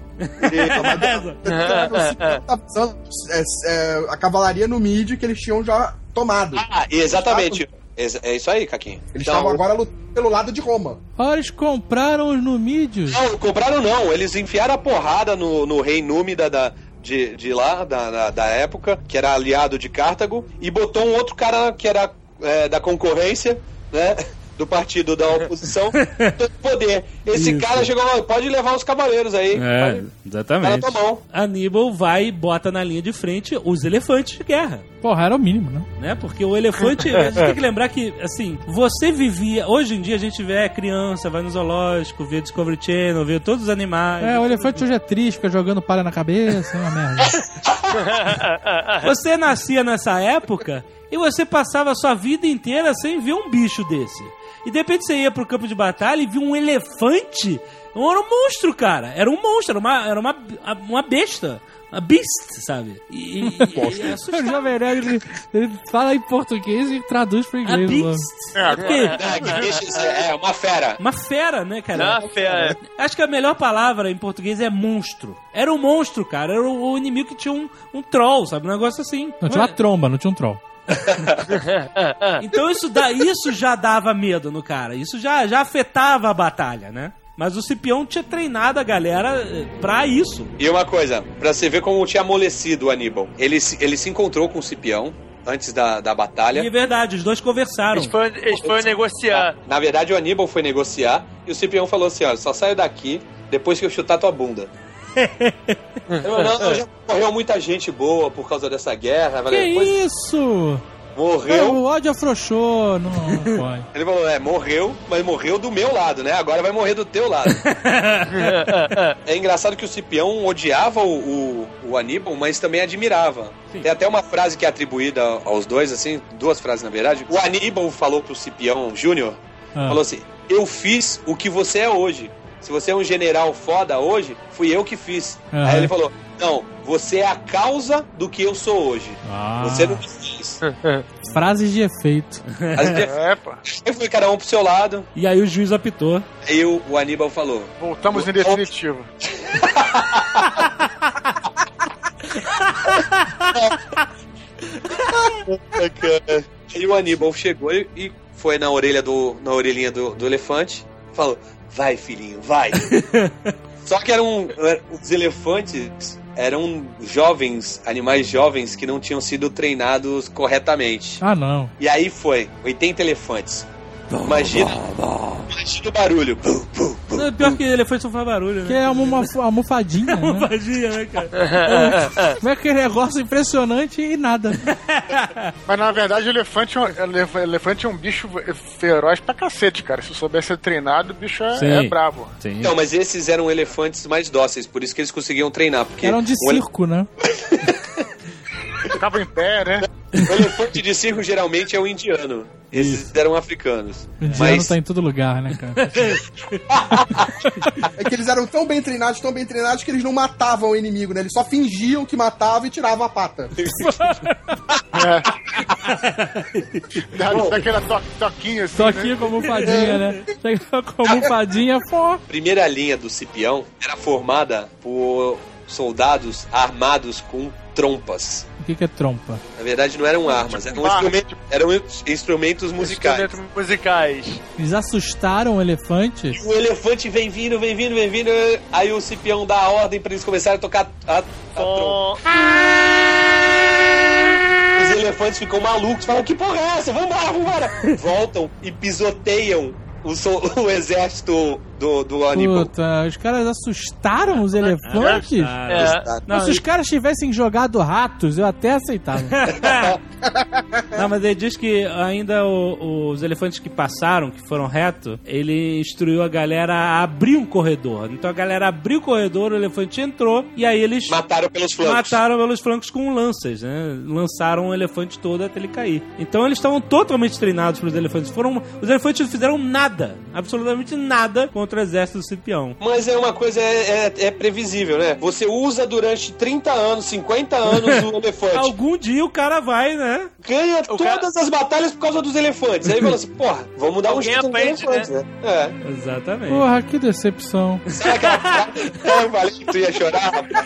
A cavalaria no mid que eles tinham já tomado. Exatamente. É isso aí, Caquinho. Eles estavam agora lutando pelo lado de Roma. Olha, eles compraram os numídeos. Não, compraram não. Eles enfiaram a porrada no rei Númida de lá, da época, que era aliado de Cartago, e botou um outro cara que era da concorrência, né? Do partido da oposição, todo poder. Esse cara chegou lá, pode levar os cavaleiros aí. Exatamente. Aníbal vai e bota na linha de frente os elefantes de guerra. Porra, era o mínimo, né? Porque o elefante... A gente tem que lembrar que, assim, você vivia... Hoje em dia a gente vê criança, vai no zoológico, vê Discovery Channel, vê todos os animais. O elefante hoje é triste, fica jogando palha na cabeça, é uma merda. Você nascia nessa época e você passava a sua vida inteira sem ver um bicho desse. E de repente você ia pro campo de batalha e viu um elefante. Era um monstro, cara. Era um monstro, era uma besta. Uma beast, sabe? E o Jovem Nerd, ele fala em português e traduz pro inglês. É uma fera. Uma fera, né, cara? Uma fera. Acho que a melhor palavra em português é monstro. Era um monstro, cara. Era o inimigo que tinha um troll, sabe? Um negócio assim. Não tinha uma tromba, não tinha um troll. Então isso já dava medo no cara. Isso já afetava a batalha, né? Mas o Cipião tinha treinado a galera pra isso. E uma coisa, pra você ver como tinha amolecido o Aníbal. Ele se encontrou com o Cipião antes da batalha. E é verdade, os dois conversaram. Eles foram negociar. Na verdade, o Aníbal foi negociar e o Cipião falou assim, olha, só saio daqui depois que eu chutar tua bunda. Não, já morreu muita gente boa por causa dessa guerra. Que isso? Morreu. O ódio afrouxou, não pode. Ele falou, morreu, mas morreu do meu lado, né? Agora vai morrer do teu lado. É engraçado que o Cipião odiava o Aníbal, mas também admirava. Sim. Tem até uma frase que é atribuída aos dois, assim, duas frases na verdade. O Aníbal falou pro Cipião Júnior, falou assim, eu fiz o que você é hoje. Se você é um general foda hoje, fui eu que fiz. Uhum. Aí ele falou, não, você é a causa do que eu sou hoje. Você não fez. Frases de efeito. Aí foi cada um pro seu lado. E aí o juiz apitou. Aí o Aníbal falou, voltamos em definitivo. Aí o Aníbal chegou e foi na orelhinha do elefante, falou, vai, filhinho, vai. Só que os elefantes eram animais jovens que não tinham sido treinados corretamente. Ah, não. E aí foi, 80 elefantes. Imagina o barulho. Não, é pior que elefante não faz barulho, né? Que é uma almofadinha, né? Almofadinha, né, cara? Como é que é negócio impressionante e nada. Mas na verdade o elefante é um bicho feroz pra cacete, cara. Se souber ser treinado, o bicho é bravo. Sim. Então, mas esses eram elefantes mais dóceis, por isso que eles conseguiam treinar. Porque eram de circo, né? Ficavam em pé, né? O elefante de circo geralmente é o indiano. Esses eram africanos. O indiano tá em todo lugar, né, cara? É que eles eram tão bem treinados que eles não matavam o inimigo, né? Eles só fingiam que matavam e tiravam a pata. Daquela toquinha assim, toquinha com almofadinha, né? Com almofadinha, Primeira linha do Cipião era formada por soldados armados com trompas. O que é trompa? Na verdade não eram armas, eram instrumentos musicais. Instrumentos musicais. Eles assustaram o elefante? E o elefante vem vindo, aí o Cipião dá a ordem pra eles começarem a tocar a trompa. Os elefantes ficam malucos, falam, que porra é essa? Vambora! Voltam e pisoteiam o exército do Aníbal. Puta, os caras assustaram os elefantes? Não, Se os caras tivessem jogado ratos, eu até aceitava. Não, mas ele diz que ainda os elefantes que passaram, que foram reto, ele instruiu a galera a abrir um corredor. Então a galera abriu o corredor, o elefante entrou, e aí eles Mataram pelos flancos com lanças, né? Lançaram o elefante todo até ele cair. Então eles estavam totalmente treinados pelos elefantes. Os elefantes não fizeram nada, absolutamente nada, contra o exército do Cipião. Mas é uma coisa, é previsível, né? Você usa durante 30 anos, 50 anos o elefante. Algum dia o cara vai, né? Ganha todas as batalhas por causa dos elefantes. Aí fala assim, porra, vamos dar um jeito nos elefantes, né? Exatamente. Porra, que decepção. Sabe aquela frase? Eu falei que tu ia chorar, rapaz.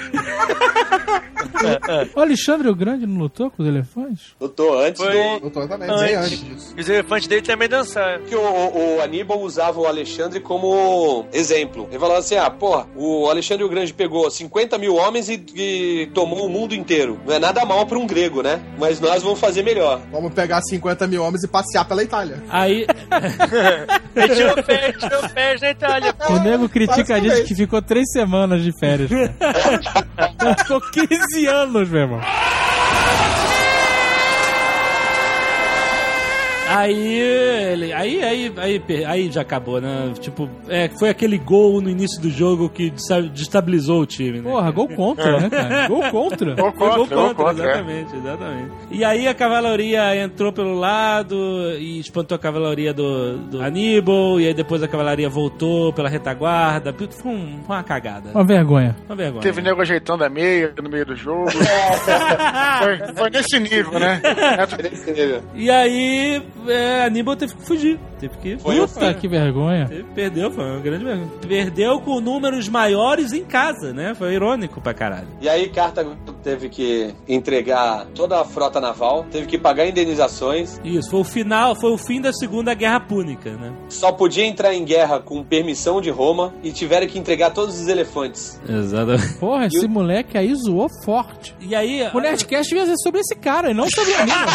O Alexandre o Grande não lutou com os elefantes? Lutou antes Lutou também, bem antes disso. E os elefantes dele também dançaram. que o Aníbal usava o Alexandre como exemplo. Ele falava assim, o Alexandre o Grande pegou 50 mil homens e tomou o mundo inteiro. Não é nada mal pra um grego, né? Mas nós vamos fazer melhor. Vamos pegar 50 mil homens e passear pela Itália. Aí... Tirou férias na Itália. O nego critica a gente que ficou 3 semanas de férias. Ficou 15 anos, meu irmão. Aí já acabou, né? Tipo, foi aquele gol no início do jogo que destabilizou o time, né? Porra, gol contra, né, cara? Gol contra. Gol contra, exatamente. E aí a cavalaria entrou pelo lado e espantou a cavalaria do Aníbal, e aí depois a cavalaria voltou pela retaguarda. Foi uma cagada. Uma vergonha. Teve nego ajeitando a meia no meio do jogo. foi nesse nível, né? E aí Aníbal teve que fugir. Puta, que vergonha. Perdeu, foi uma grande vergonha. Perdeu com números maiores em casa, né? Foi irônico pra caralho. E aí Cartago teve que entregar toda a frota naval, teve que pagar indenizações. Isso, foi o fim da Segunda Guerra Púnica, né? Só podia entrar em guerra com permissão de Roma e tiveram que entregar todos os elefantes. Exatamente. Porra, esse moleque aí zoou forte. E aí... O Nerdcast ia ser sobre esse cara e não sobre o Aníbal.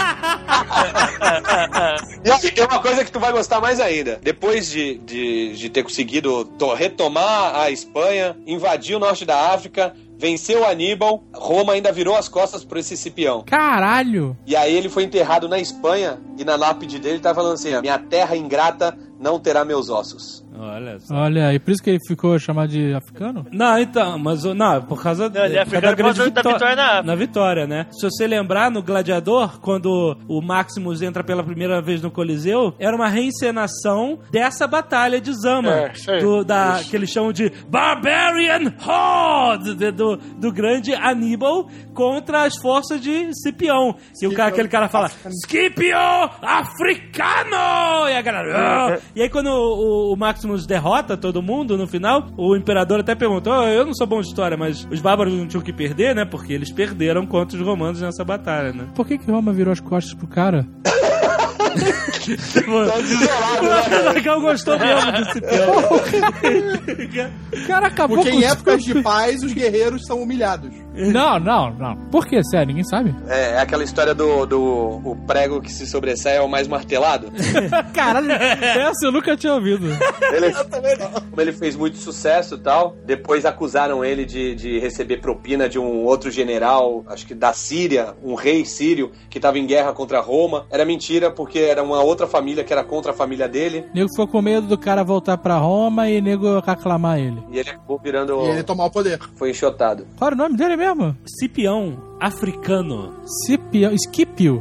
E tem uma coisa que tu vai gostar mais ainda. Depois de ter conseguido retomar a Espanha, invadir o norte da África, venceu Aníbal, Roma ainda virou as costas por esse Cipião. Caralho! E aí ele foi enterrado na Espanha e na lápide dele tá falando assim, minha terra ingrata não terá meus ossos. Olha só. Olha, e por isso que ele ficou chamado de africano? Não, então, mas não, por causa ele é africano por causa da vitória na África. Na vitória, né? Se você lembrar, no Gladiador, quando o Maximus entra pela primeira vez no Coliseu, era uma reencenação dessa batalha de Zama. Que eles chamam de Barbarian Horde, do grande Aníbal contra as forças de Cipião. E aquele cara fala, Scipio Africano! E a galera... E aí quando o Maximus derrota todo mundo no final, o imperador até perguntou, eu não sou bom de história, mas os bárbaros não tinham que perder, né? Porque eles perderam contra os romanos nessa batalha, né? Por que Roma virou as costas pro cara? O Zagal gostou mesmo do Cipião. O cara acabou Porque com em épocas de paz, os guerreiros são humilhados. Não. Por que, sério? Ninguém sabe? É aquela história o prego que se sobressai é o mais martelado. Caralho, essa eu nunca tinha ouvido. Como ele fez muito sucesso e tal, depois acusaram ele de receber propina de um outro general, acho que da Síria, um rei sírio, que estava em guerra contra Roma. Era mentira, porque era uma outra família que era contra a família dele. O nego ficou com medo do cara voltar pra Roma e o nego aclamar ele. E ele acabou virando... E ele tomar o poder. Foi enxotado. Qual era o nome dele mesmo? Cipião Africano. Scipio.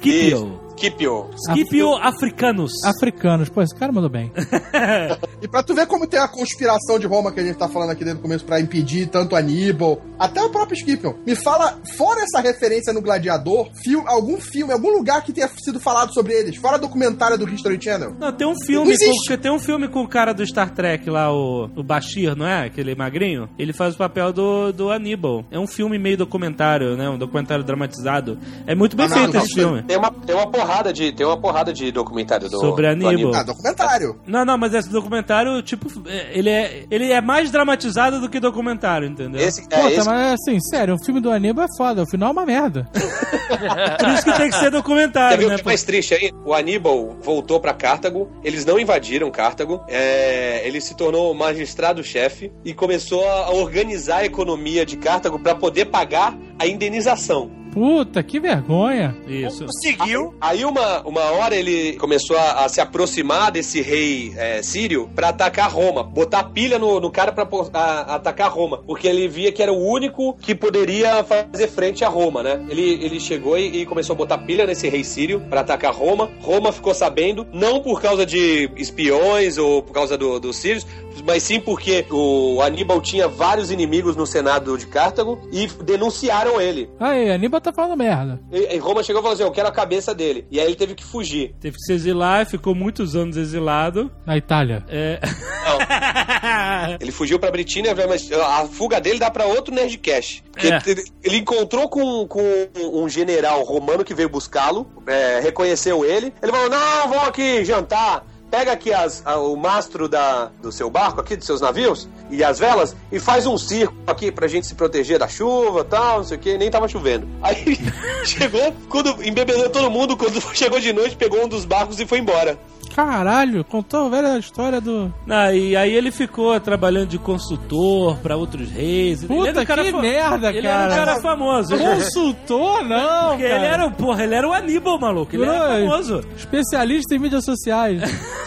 Scipio Africanus. Africanos. Pô, esse cara mandou bem. E pra tu ver como tem a conspiração de Roma que a gente tá falando aqui desde o começo pra impedir tanto Aníbal, até o próprio Scipio. Me fala, fora essa referência no Gladiador, algum filme, algum lugar que tenha sido falado sobre eles, fora documentário do History Channel. Não, tem um filme com o cara do Star Trek lá, o Bashir, não é? Aquele magrinho. Ele faz o papel do Aníbal. É um filme meio documentário, né? Um documentário dramatizado. É muito bem feito esse filme. Tem uma porrada uma porrada de documentário sobre Aníbal. Documentário. Não, mas esse documentário, tipo, ele é mais dramatizado do que documentário, entendeu? Mas assim, sério, o filme do Aníbal é foda, o final é uma merda. Por isso que tem que ser documentário, Quer ver né? o que é mais triste aí? O Aníbal voltou pra Cartago, eles não invadiram Cartago, ele se tornou magistrado-chefe e começou a organizar a economia de Cartago pra poder pagar a indenização. Puta, que vergonha. Isso. Conseguiu. Aí uma hora ele começou a se aproximar desse rei sírio pra atacar Roma, botar pilha no cara pra atacar Roma, porque ele via que era o único que poderia fazer frente a Roma, né? Ele chegou e começou a botar pilha nesse rei sírio pra atacar Roma. Roma ficou sabendo, não por causa de espiões ou por causa dos sírios, mas sim porque o Aníbal tinha vários inimigos no Senado de Cartago e denunciaram ele. Aí, Aníbal tá falando merda. E Roma chegou e falou assim, eu quero a cabeça dele. E aí ele teve que fugir. Teve que se exilar, ficou muitos anos exilado. Na Itália. Não. Ele fugiu pra Britínia, mas a fuga dele dá pra outro Nerdcast. Ele encontrou com um general romano que veio buscá-lo, reconheceu ele. Ele falou, não, vamos aqui jantar. Pega aqui o mastro do seu barco aqui, dos seus navios, e as velas, e faz um circo aqui pra gente se proteger da chuva e tal, não sei o que, nem tava chovendo. Aí chegou, quando embebedou todo mundo, quando chegou de noite, pegou um dos barcos e foi embora. Caralho, contou a velha história do... E aí ele ficou trabalhando de consultor pra outros reis. Puta, que merda, cara. Ele era um cara famoso. Consultor, não, porque cara. Ele era o Aníbal, maluco. Ele era famoso. Especialista em mídias sociais.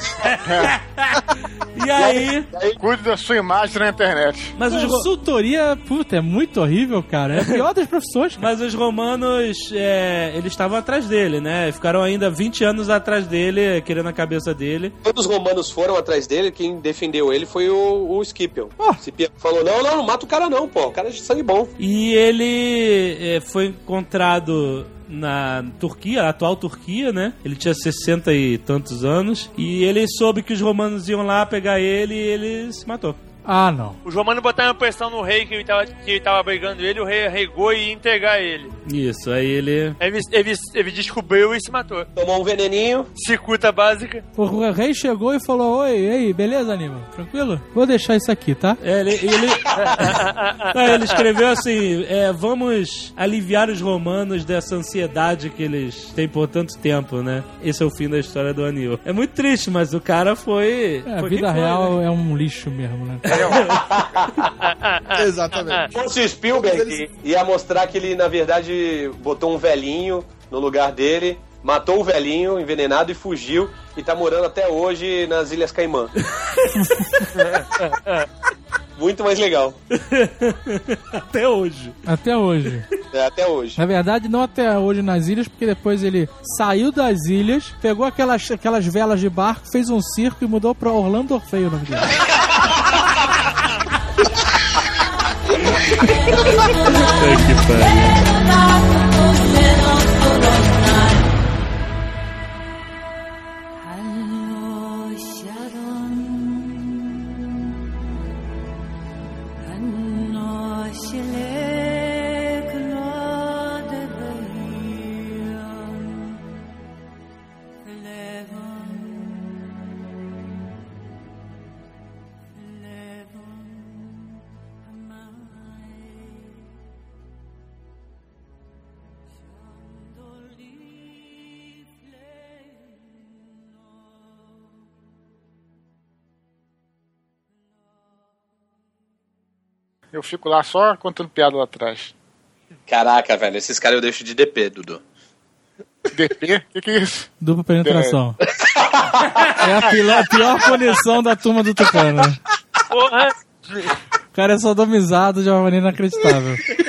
E aí... Cuide da sua imagem na internet. Mas consultoria, puta, é muito horrível, cara. É a pior das profissões, cara. Mas os romanos, eles estavam atrás dele, né? Ficaram ainda 20 anos atrás dele, querendo a cabeça dele. Quando os romanos foram atrás dele, quem defendeu ele foi o Scipio. Scipio falou, não mata o cara não, pô. O cara é de sangue bom. E ele foi encontrado na Turquia, a atual Turquia, né? Ele tinha 60 e tantos anos. E ele soube que os romanos iam lá pegar ele e ele se matou. Ah, não. Os romanos botaram pressão no rei que ele tava brigando ele, o rei arregou e ia entregar ele. Isso, aí ele... Ele descobriu e se matou. Tomou um veneninho. Cicuta básica. O rei chegou e falou, oi, e aí, beleza, Aníbal? Tranquilo? Vou deixar isso aqui, tá? Ele escreveu assim, vamos aliviar os romanos dessa ansiedade que eles têm por tanto tempo, né? Esse é o fim da história do Aníbal. É muito triste, mas o cara foi... A vida real é um lixo mesmo, né? Exatamente. Se fosse o Spielberg, ia mostrar que ele, na verdade, botou um velhinho no lugar dele, matou o velhinho envenenado e fugiu, e tá morando até hoje nas Ilhas Caimã. Muito mais legal. Até hoje. Até hoje. Até hoje. Na verdade, não até hoje nas ilhas, porque depois ele saiu das ilhas, pegou aquelas velas de barco, fez um circo e mudou pra Orlando Orfeu o nome dele. Que pariu. Eu fico lá só contando piada lá atrás. Caraca, velho, esses caras eu deixo de DP, Dudu. DP? O que é isso? Dupla penetração. É a pior punição da turma do Tucano. Porra! O cara é sodomizado de uma maneira inacreditável.